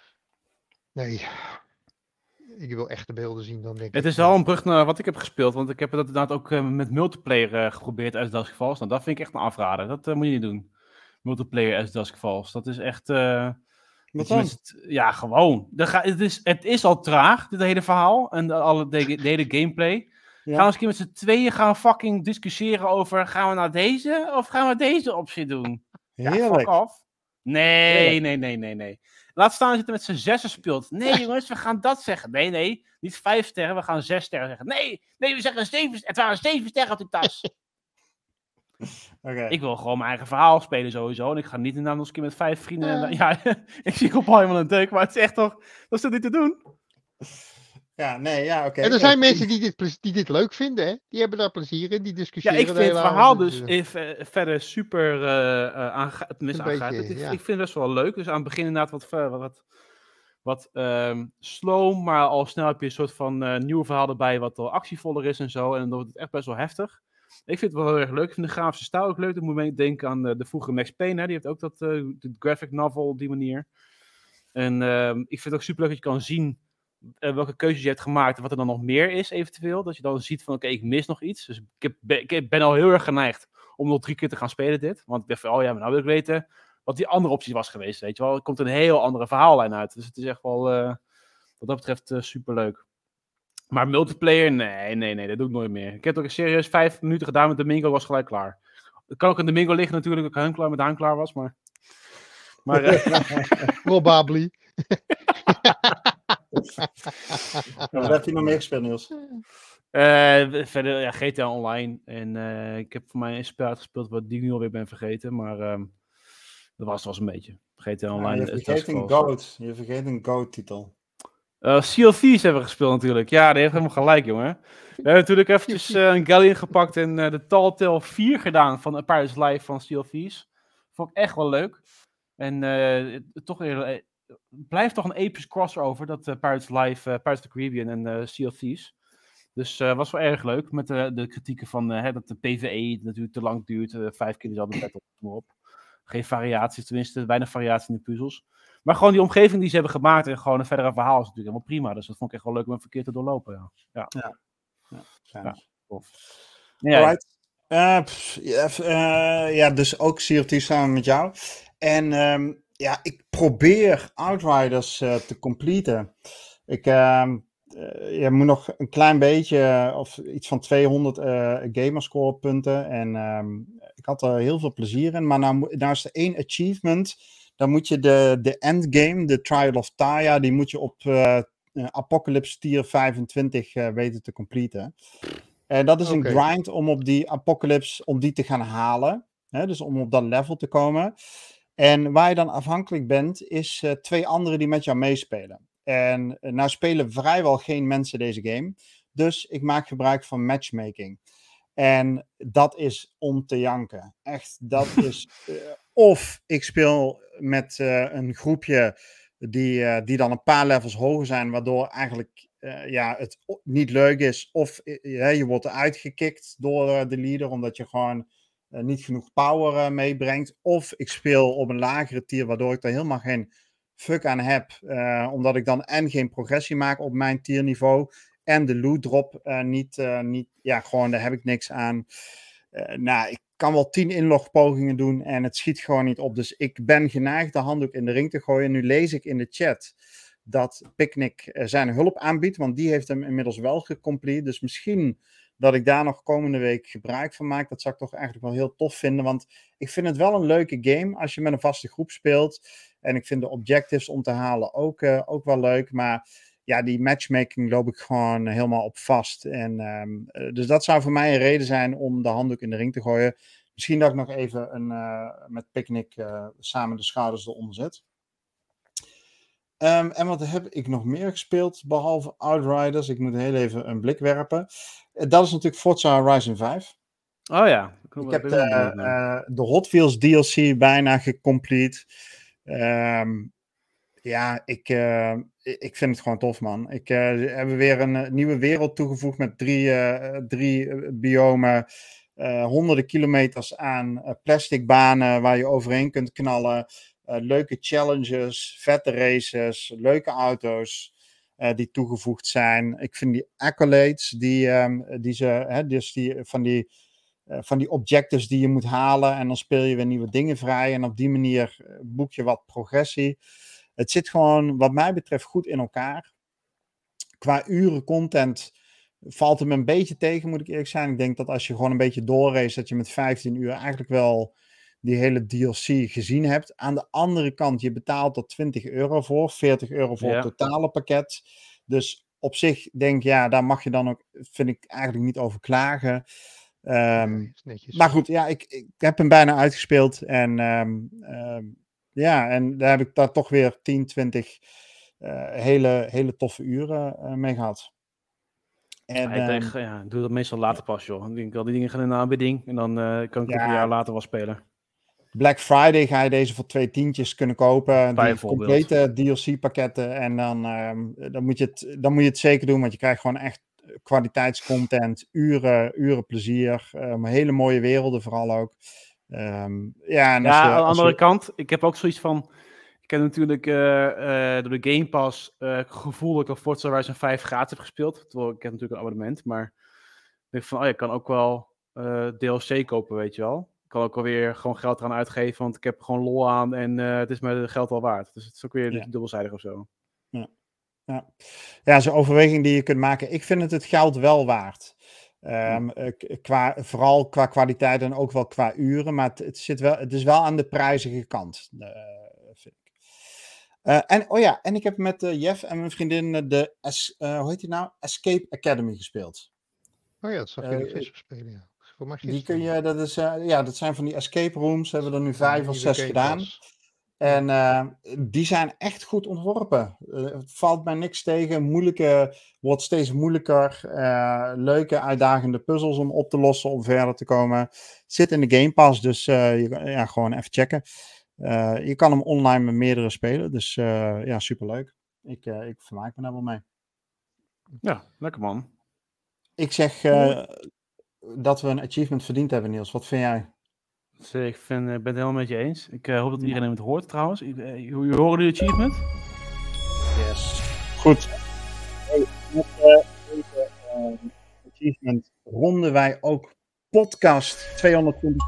Nee, ik wil echte beelden zien dan denk ik. Het is wel een brug naar wat ik heb gespeeld, want ik heb het inderdaad ook uh, met multiplayer uh, geprobeerd as Dusk Falls. Nou, dat vind ik echt een afrader. Dat uh, moet je niet doen. Multiplayer as Dusk Falls. Dat is echt... Uh, wat dan? Het, ja, gewoon. Ga, het, is, het is al traag, dit hele verhaal. En de, alle, de, de hele gameplay. Ja. Gaan we eens een keer met z'n tweeën gaan fucking discussiëren over... Gaan we nou deze of gaan we deze optie doen? Heerlijk. Ja, fuck off. Nee, Heerlijk. nee, nee, nee, nee. Laat staan dat je het met z'n zessen speelt. Nee, jongens, we gaan dat zeggen. Nee, nee, niet vijf sterren, we gaan zes sterren zeggen. Nee, nee, we zeggen zeven sterren. Het waren zeven sterren op die tas. Okay. Ik wil gewoon mijn eigen verhaal spelen sowieso. En ik ga niet inderdaad nog eens een keer met vijf vrienden... Ja, en, ja ik zie op al helemaal een deuk, maar het is echt toch... Dat is toch niet te doen? Ja, nee, ja, oké. Okay. En er zijn ja, mensen die dit, die dit leuk vinden, hè? Die hebben daar plezier in, die discussiëren. Ja, ik vind het verhaal dus even, verder super uh, uh, aangaat. Beetje, ik, ja. ik vind het best wel leuk. Dus aan het begin inderdaad wat, wat, wat, wat um, slow, maar al snel heb je een soort van uh, nieuw verhaal erbij wat al actievoller is en zo. En dan wordt het echt best wel heftig. Ik vind het wel heel erg leuk. Ik vind de grafische stijl ook leuk. Dan moet je denken aan uh, de vroege Max Payne. Hè? Die heeft ook dat uh, de graphic novel op die manier. En uh, ik vind het ook super leuk dat je kan zien uh, welke keuzes je hebt gemaakt en wat er dan nog meer is eventueel. Dat je dan ziet van oké, okay, ik mis nog iets. Dus ik, heb, ben, ik ben al heel erg geneigd om nog drie keer te gaan spelen dit. Want ik dacht van, oh ja, maar nou wil ik weten wat die andere optie was geweest. Weet je wel. Er komt een heel andere verhaallijn uit. Dus het is echt wel, uh, wat dat betreft, uh, super leuk. Maar multiplayer, nee, nee, nee, dat doe ik nooit meer. Ik heb het ook serieus vijf minuten gedaan met Domingo, was gelijk klaar. Het kan ook in Domingo liggen natuurlijk, dat ik klaar met Haan klaar was, maar... maar uh... Probably. Wat heb je nog meer gespeeld, Niels? Uh, verder, ja, G T A Online. En uh, ik heb voor mij een spel uitgespeeld wat die ik nu alweer ben vergeten, maar um, dat was het was een beetje. G T A Online. Ja, je vergeet een Goat, je vergeet een Goat-titel. Uh, Sea of Thieves hebben we gespeeld natuurlijk. Ja, die heeft helemaal gelijk, jongen. We hebben natuurlijk eventjes uh, een Galleon gepakt en uh, de Telltale vier gedaan van A Pirate's Life van Sea of Thieves. Vond ik echt wel leuk. En uh, toch uh, blijft toch een episch crossover, dat uh, Pirate's Life, uh, Pirates of the Caribbean en uh, Sea of Thieves. Dus uh, was wel erg leuk, met uh, de kritieken van uh, hè, dat de P V E natuurlijk te lang duurt, uh, vijf keer dezelfde battle, maar op. Geen variaties, tenminste weinig variatie in de puzzels. Maar gewoon die omgeving die ze hebben gemaakt en gewoon een verdere verhaal is natuurlijk helemaal prima. Dus dat vond ik echt wel leuk om een verkeer te doorlopen. Ja, ja. ja. ja, ja tof. Ja, Alright. Uh, pff, ja, uh, ja, dus ook C R T samen met jou. En um, ja, ik probeer Outriders uh, te completen. Ik uh, uh, je moet nog een klein beetje, of iets van tweehonderd uh, gamerscore punten. En um, ik had er heel veel plezier in. Maar nou, nou is er één achievement. Dan moet je de, de endgame, de Trial of Taya, die moet je op uh, Apocalypse tier vijfentwintig uh, weten te completen. En dat is okay. een grind om op die Apocalypse, om die te gaan halen. Hè, dus om op dat level te komen. En waar je dan afhankelijk bent, is uh, twee anderen die met jou meespelen. En uh, nou spelen vrijwel geen mensen deze game. Dus ik maak gebruik van matchmaking. En dat is om te janken. Echt, dat is... Uh, of ik speel met uh, een groepje die, uh, die dan een paar levels hoger zijn, waardoor eigenlijk uh, ja, het niet leuk is. Of uh, je wordt eruit gekikt door uh, de leader, omdat je gewoon uh, niet genoeg power uh, meebrengt. Of ik speel op een lagere tier, waardoor ik er helemaal geen fuck aan heb. Uh, omdat ik dan en geen progressie maak op mijn tierniveau. En de loot drop uh, niet, uh, niet. Ja, gewoon daar heb ik niks aan. Uh, nou, ik kan wel tien inlogpogingen doen en het schiet gewoon niet op. Dus ik ben geneigd de handdoek in de ring te gooien. Nu lees ik in de chat dat Picnic uh, zijn hulp aanbiedt. Want die heeft hem inmiddels wel gecomplete. Dus misschien dat ik daar nog komende week gebruik van maak. Dat zou ik toch eigenlijk wel heel tof vinden. Want ik vind het wel een leuke game als je met een vaste groep speelt. En ik vind de objectives om te halen ook, uh, ook wel leuk. Maar ja, die matchmaking loop ik gewoon helemaal op vast. En, um, uh, dus dat zou voor mij een reden zijn om de handdoek in de ring te gooien. Misschien dat ik nog even een, uh, met Picnic uh, samen de schouders eronder zet. Um, en wat heb ik nog meer gespeeld, behalve Outriders? Ik moet heel even een blik werpen. Uh, dat is natuurlijk Forza Horizon vijf. Oh ja. Ik, ik heb de, uh, de Hot Wheels D L C bijna gecomplete. Um, ja, ik, uh, ik vind het gewoon tof, man. Ik uh, hebben weer een uh, nieuwe wereld toegevoegd met drie, uh, drie uh, biomen. Uh, honderden kilometers aan uh, plastic banen waar je overheen kunt knallen. Uh, leuke challenges, vette races, leuke auto's uh, die toegevoegd zijn. Ik vind die accolades, die, um, die ze, hè, dus die, van, die, uh, van die objectives die je moet halen. En dan speel je weer nieuwe dingen vrij. En op die manier boek je wat progressie. Het zit gewoon, wat mij betreft, goed in elkaar. Qua uren content valt het me een beetje tegen, moet ik eerlijk zijn. Ik denk dat als je gewoon een beetje doorrace, dat je met vijftien uur eigenlijk wel die hele D L C gezien hebt. Aan de andere kant, je betaalt er twintig euro voor, veertig euro voor ja. het totale pakket. Dus op zich denk ik, ja, daar mag je dan ook, vind ik, eigenlijk niet over klagen. Um, nee, maar goed, ja, ik, ik heb hem bijna uitgespeeld. En um, um, ja, en daar heb ik daar toch weer tien, twintig uh, hele, hele toffe uren uh, mee gehad. En, ja, ik denk, ja, doe dat meestal later pas, joh. Ik denk al die dingen gaan in de aanbieding en dan uh, kan ik ja, ook een jaar later wel spelen. Black Friday ga je deze voor twee tientjes kunnen kopen. Die complete D L C-pakketten. En dan, um, dan, moet je het, dan moet je het zeker doen, want je krijgt gewoon echt kwaliteitscontent, uren, uren plezier, um, hele mooie werelden vooral ook. Um, ja, en ja je, aan de andere je... kant, ik heb ook zoiets van, ik heb natuurlijk uh, uh, door de Game Pass uh, het gevoel dat ik al Forza Horizon vijf gratis heb gespeeld, terwijl ik heb natuurlijk een abonnement, maar ik denk van, oh ja, ik kan ook wel uh, D L C kopen, weet je wel. Ik kan ook alweer gewoon geld eraan uitgeven, want ik heb gewoon lol aan en uh, het is me het geld al waard. Dus het is ook weer ja. dubbelzijdig of zo. Ja. Ja, ja, zo'n overweging die je kunt maken. Ik vind het het geld wel waard. Um, qua, vooral qua kwaliteit en ook wel qua uren. Maar het, het, zit wel, het is wel aan de prijzige kant, uh, vind ik. Uh, en, oh ja, en ik heb met uh, Jeff en mijn vriendin de, es, uh, hoe heet die nou? Escape Academy gespeeld. Oh ja, dat zag je uh, gisteren spelen, ja. Voor mij die kun je, dat, is, uh, ja, dat zijn van die escape rooms. We hebben er nu vijf of zes gedaan. Was. En uh, die zijn echt goed ontworpen. Uh, het valt mij niks tegen. Moeilijke wordt steeds moeilijker. Uh, leuke, uitdagende puzzels om op te lossen, om verder te komen. Zit in de Game Pass, dus uh, je, ja, gewoon even checken. Uh, je kan hem online met meerdere spelen. Dus uh, ja, superleuk. Ik, uh, ik vermaak me daar wel mee. Ja, lekker man. Ik zeg uh, dat we een achievement verdiend hebben, Niels. Wat vind jij? Ik vind, uh, ben het helemaal met je eens. Ik uh, hoop dat iedereen het hoort trouwens. Ik, uh, hoe horen jullie achievement? Yes. Goed. Hey, met uh, deze uh, achievement ronden wij ook podcast tweehonderdtwintig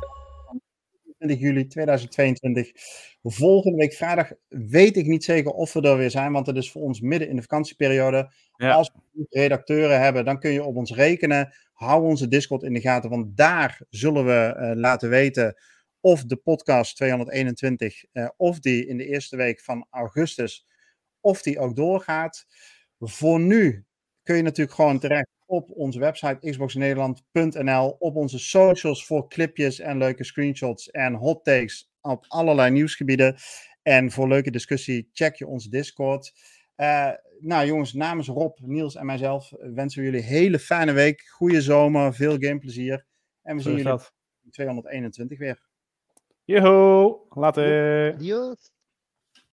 juli tweeduizend tweeëntwintig. Volgende week vrijdag weet ik niet zeker of we er weer zijn, want het is voor ons midden in de vakantieperiode. Ja. Als we redacteuren hebben, dan kun je op ons rekenen. Hou onze Discord in de gaten, want daar zullen we uh, laten weten of de podcast tweehonderdeenentwintig, uh, of die in de eerste week van augustus, of die ook doorgaat. Voor nu kun je natuurlijk gewoon terecht op onze website xbox nederland punt n l, op onze socials voor clipjes en leuke screenshots en hot takes op allerlei nieuwsgebieden. En voor leuke discussie check je onze Discord. Uh, nou jongens, namens Rob, Niels en mijzelf wensen we jullie een hele fijne week. Goeie zomer, veel gameplezier. En we zien jullie in tweehonderdeenentwintig weer. Joho, later. Adios.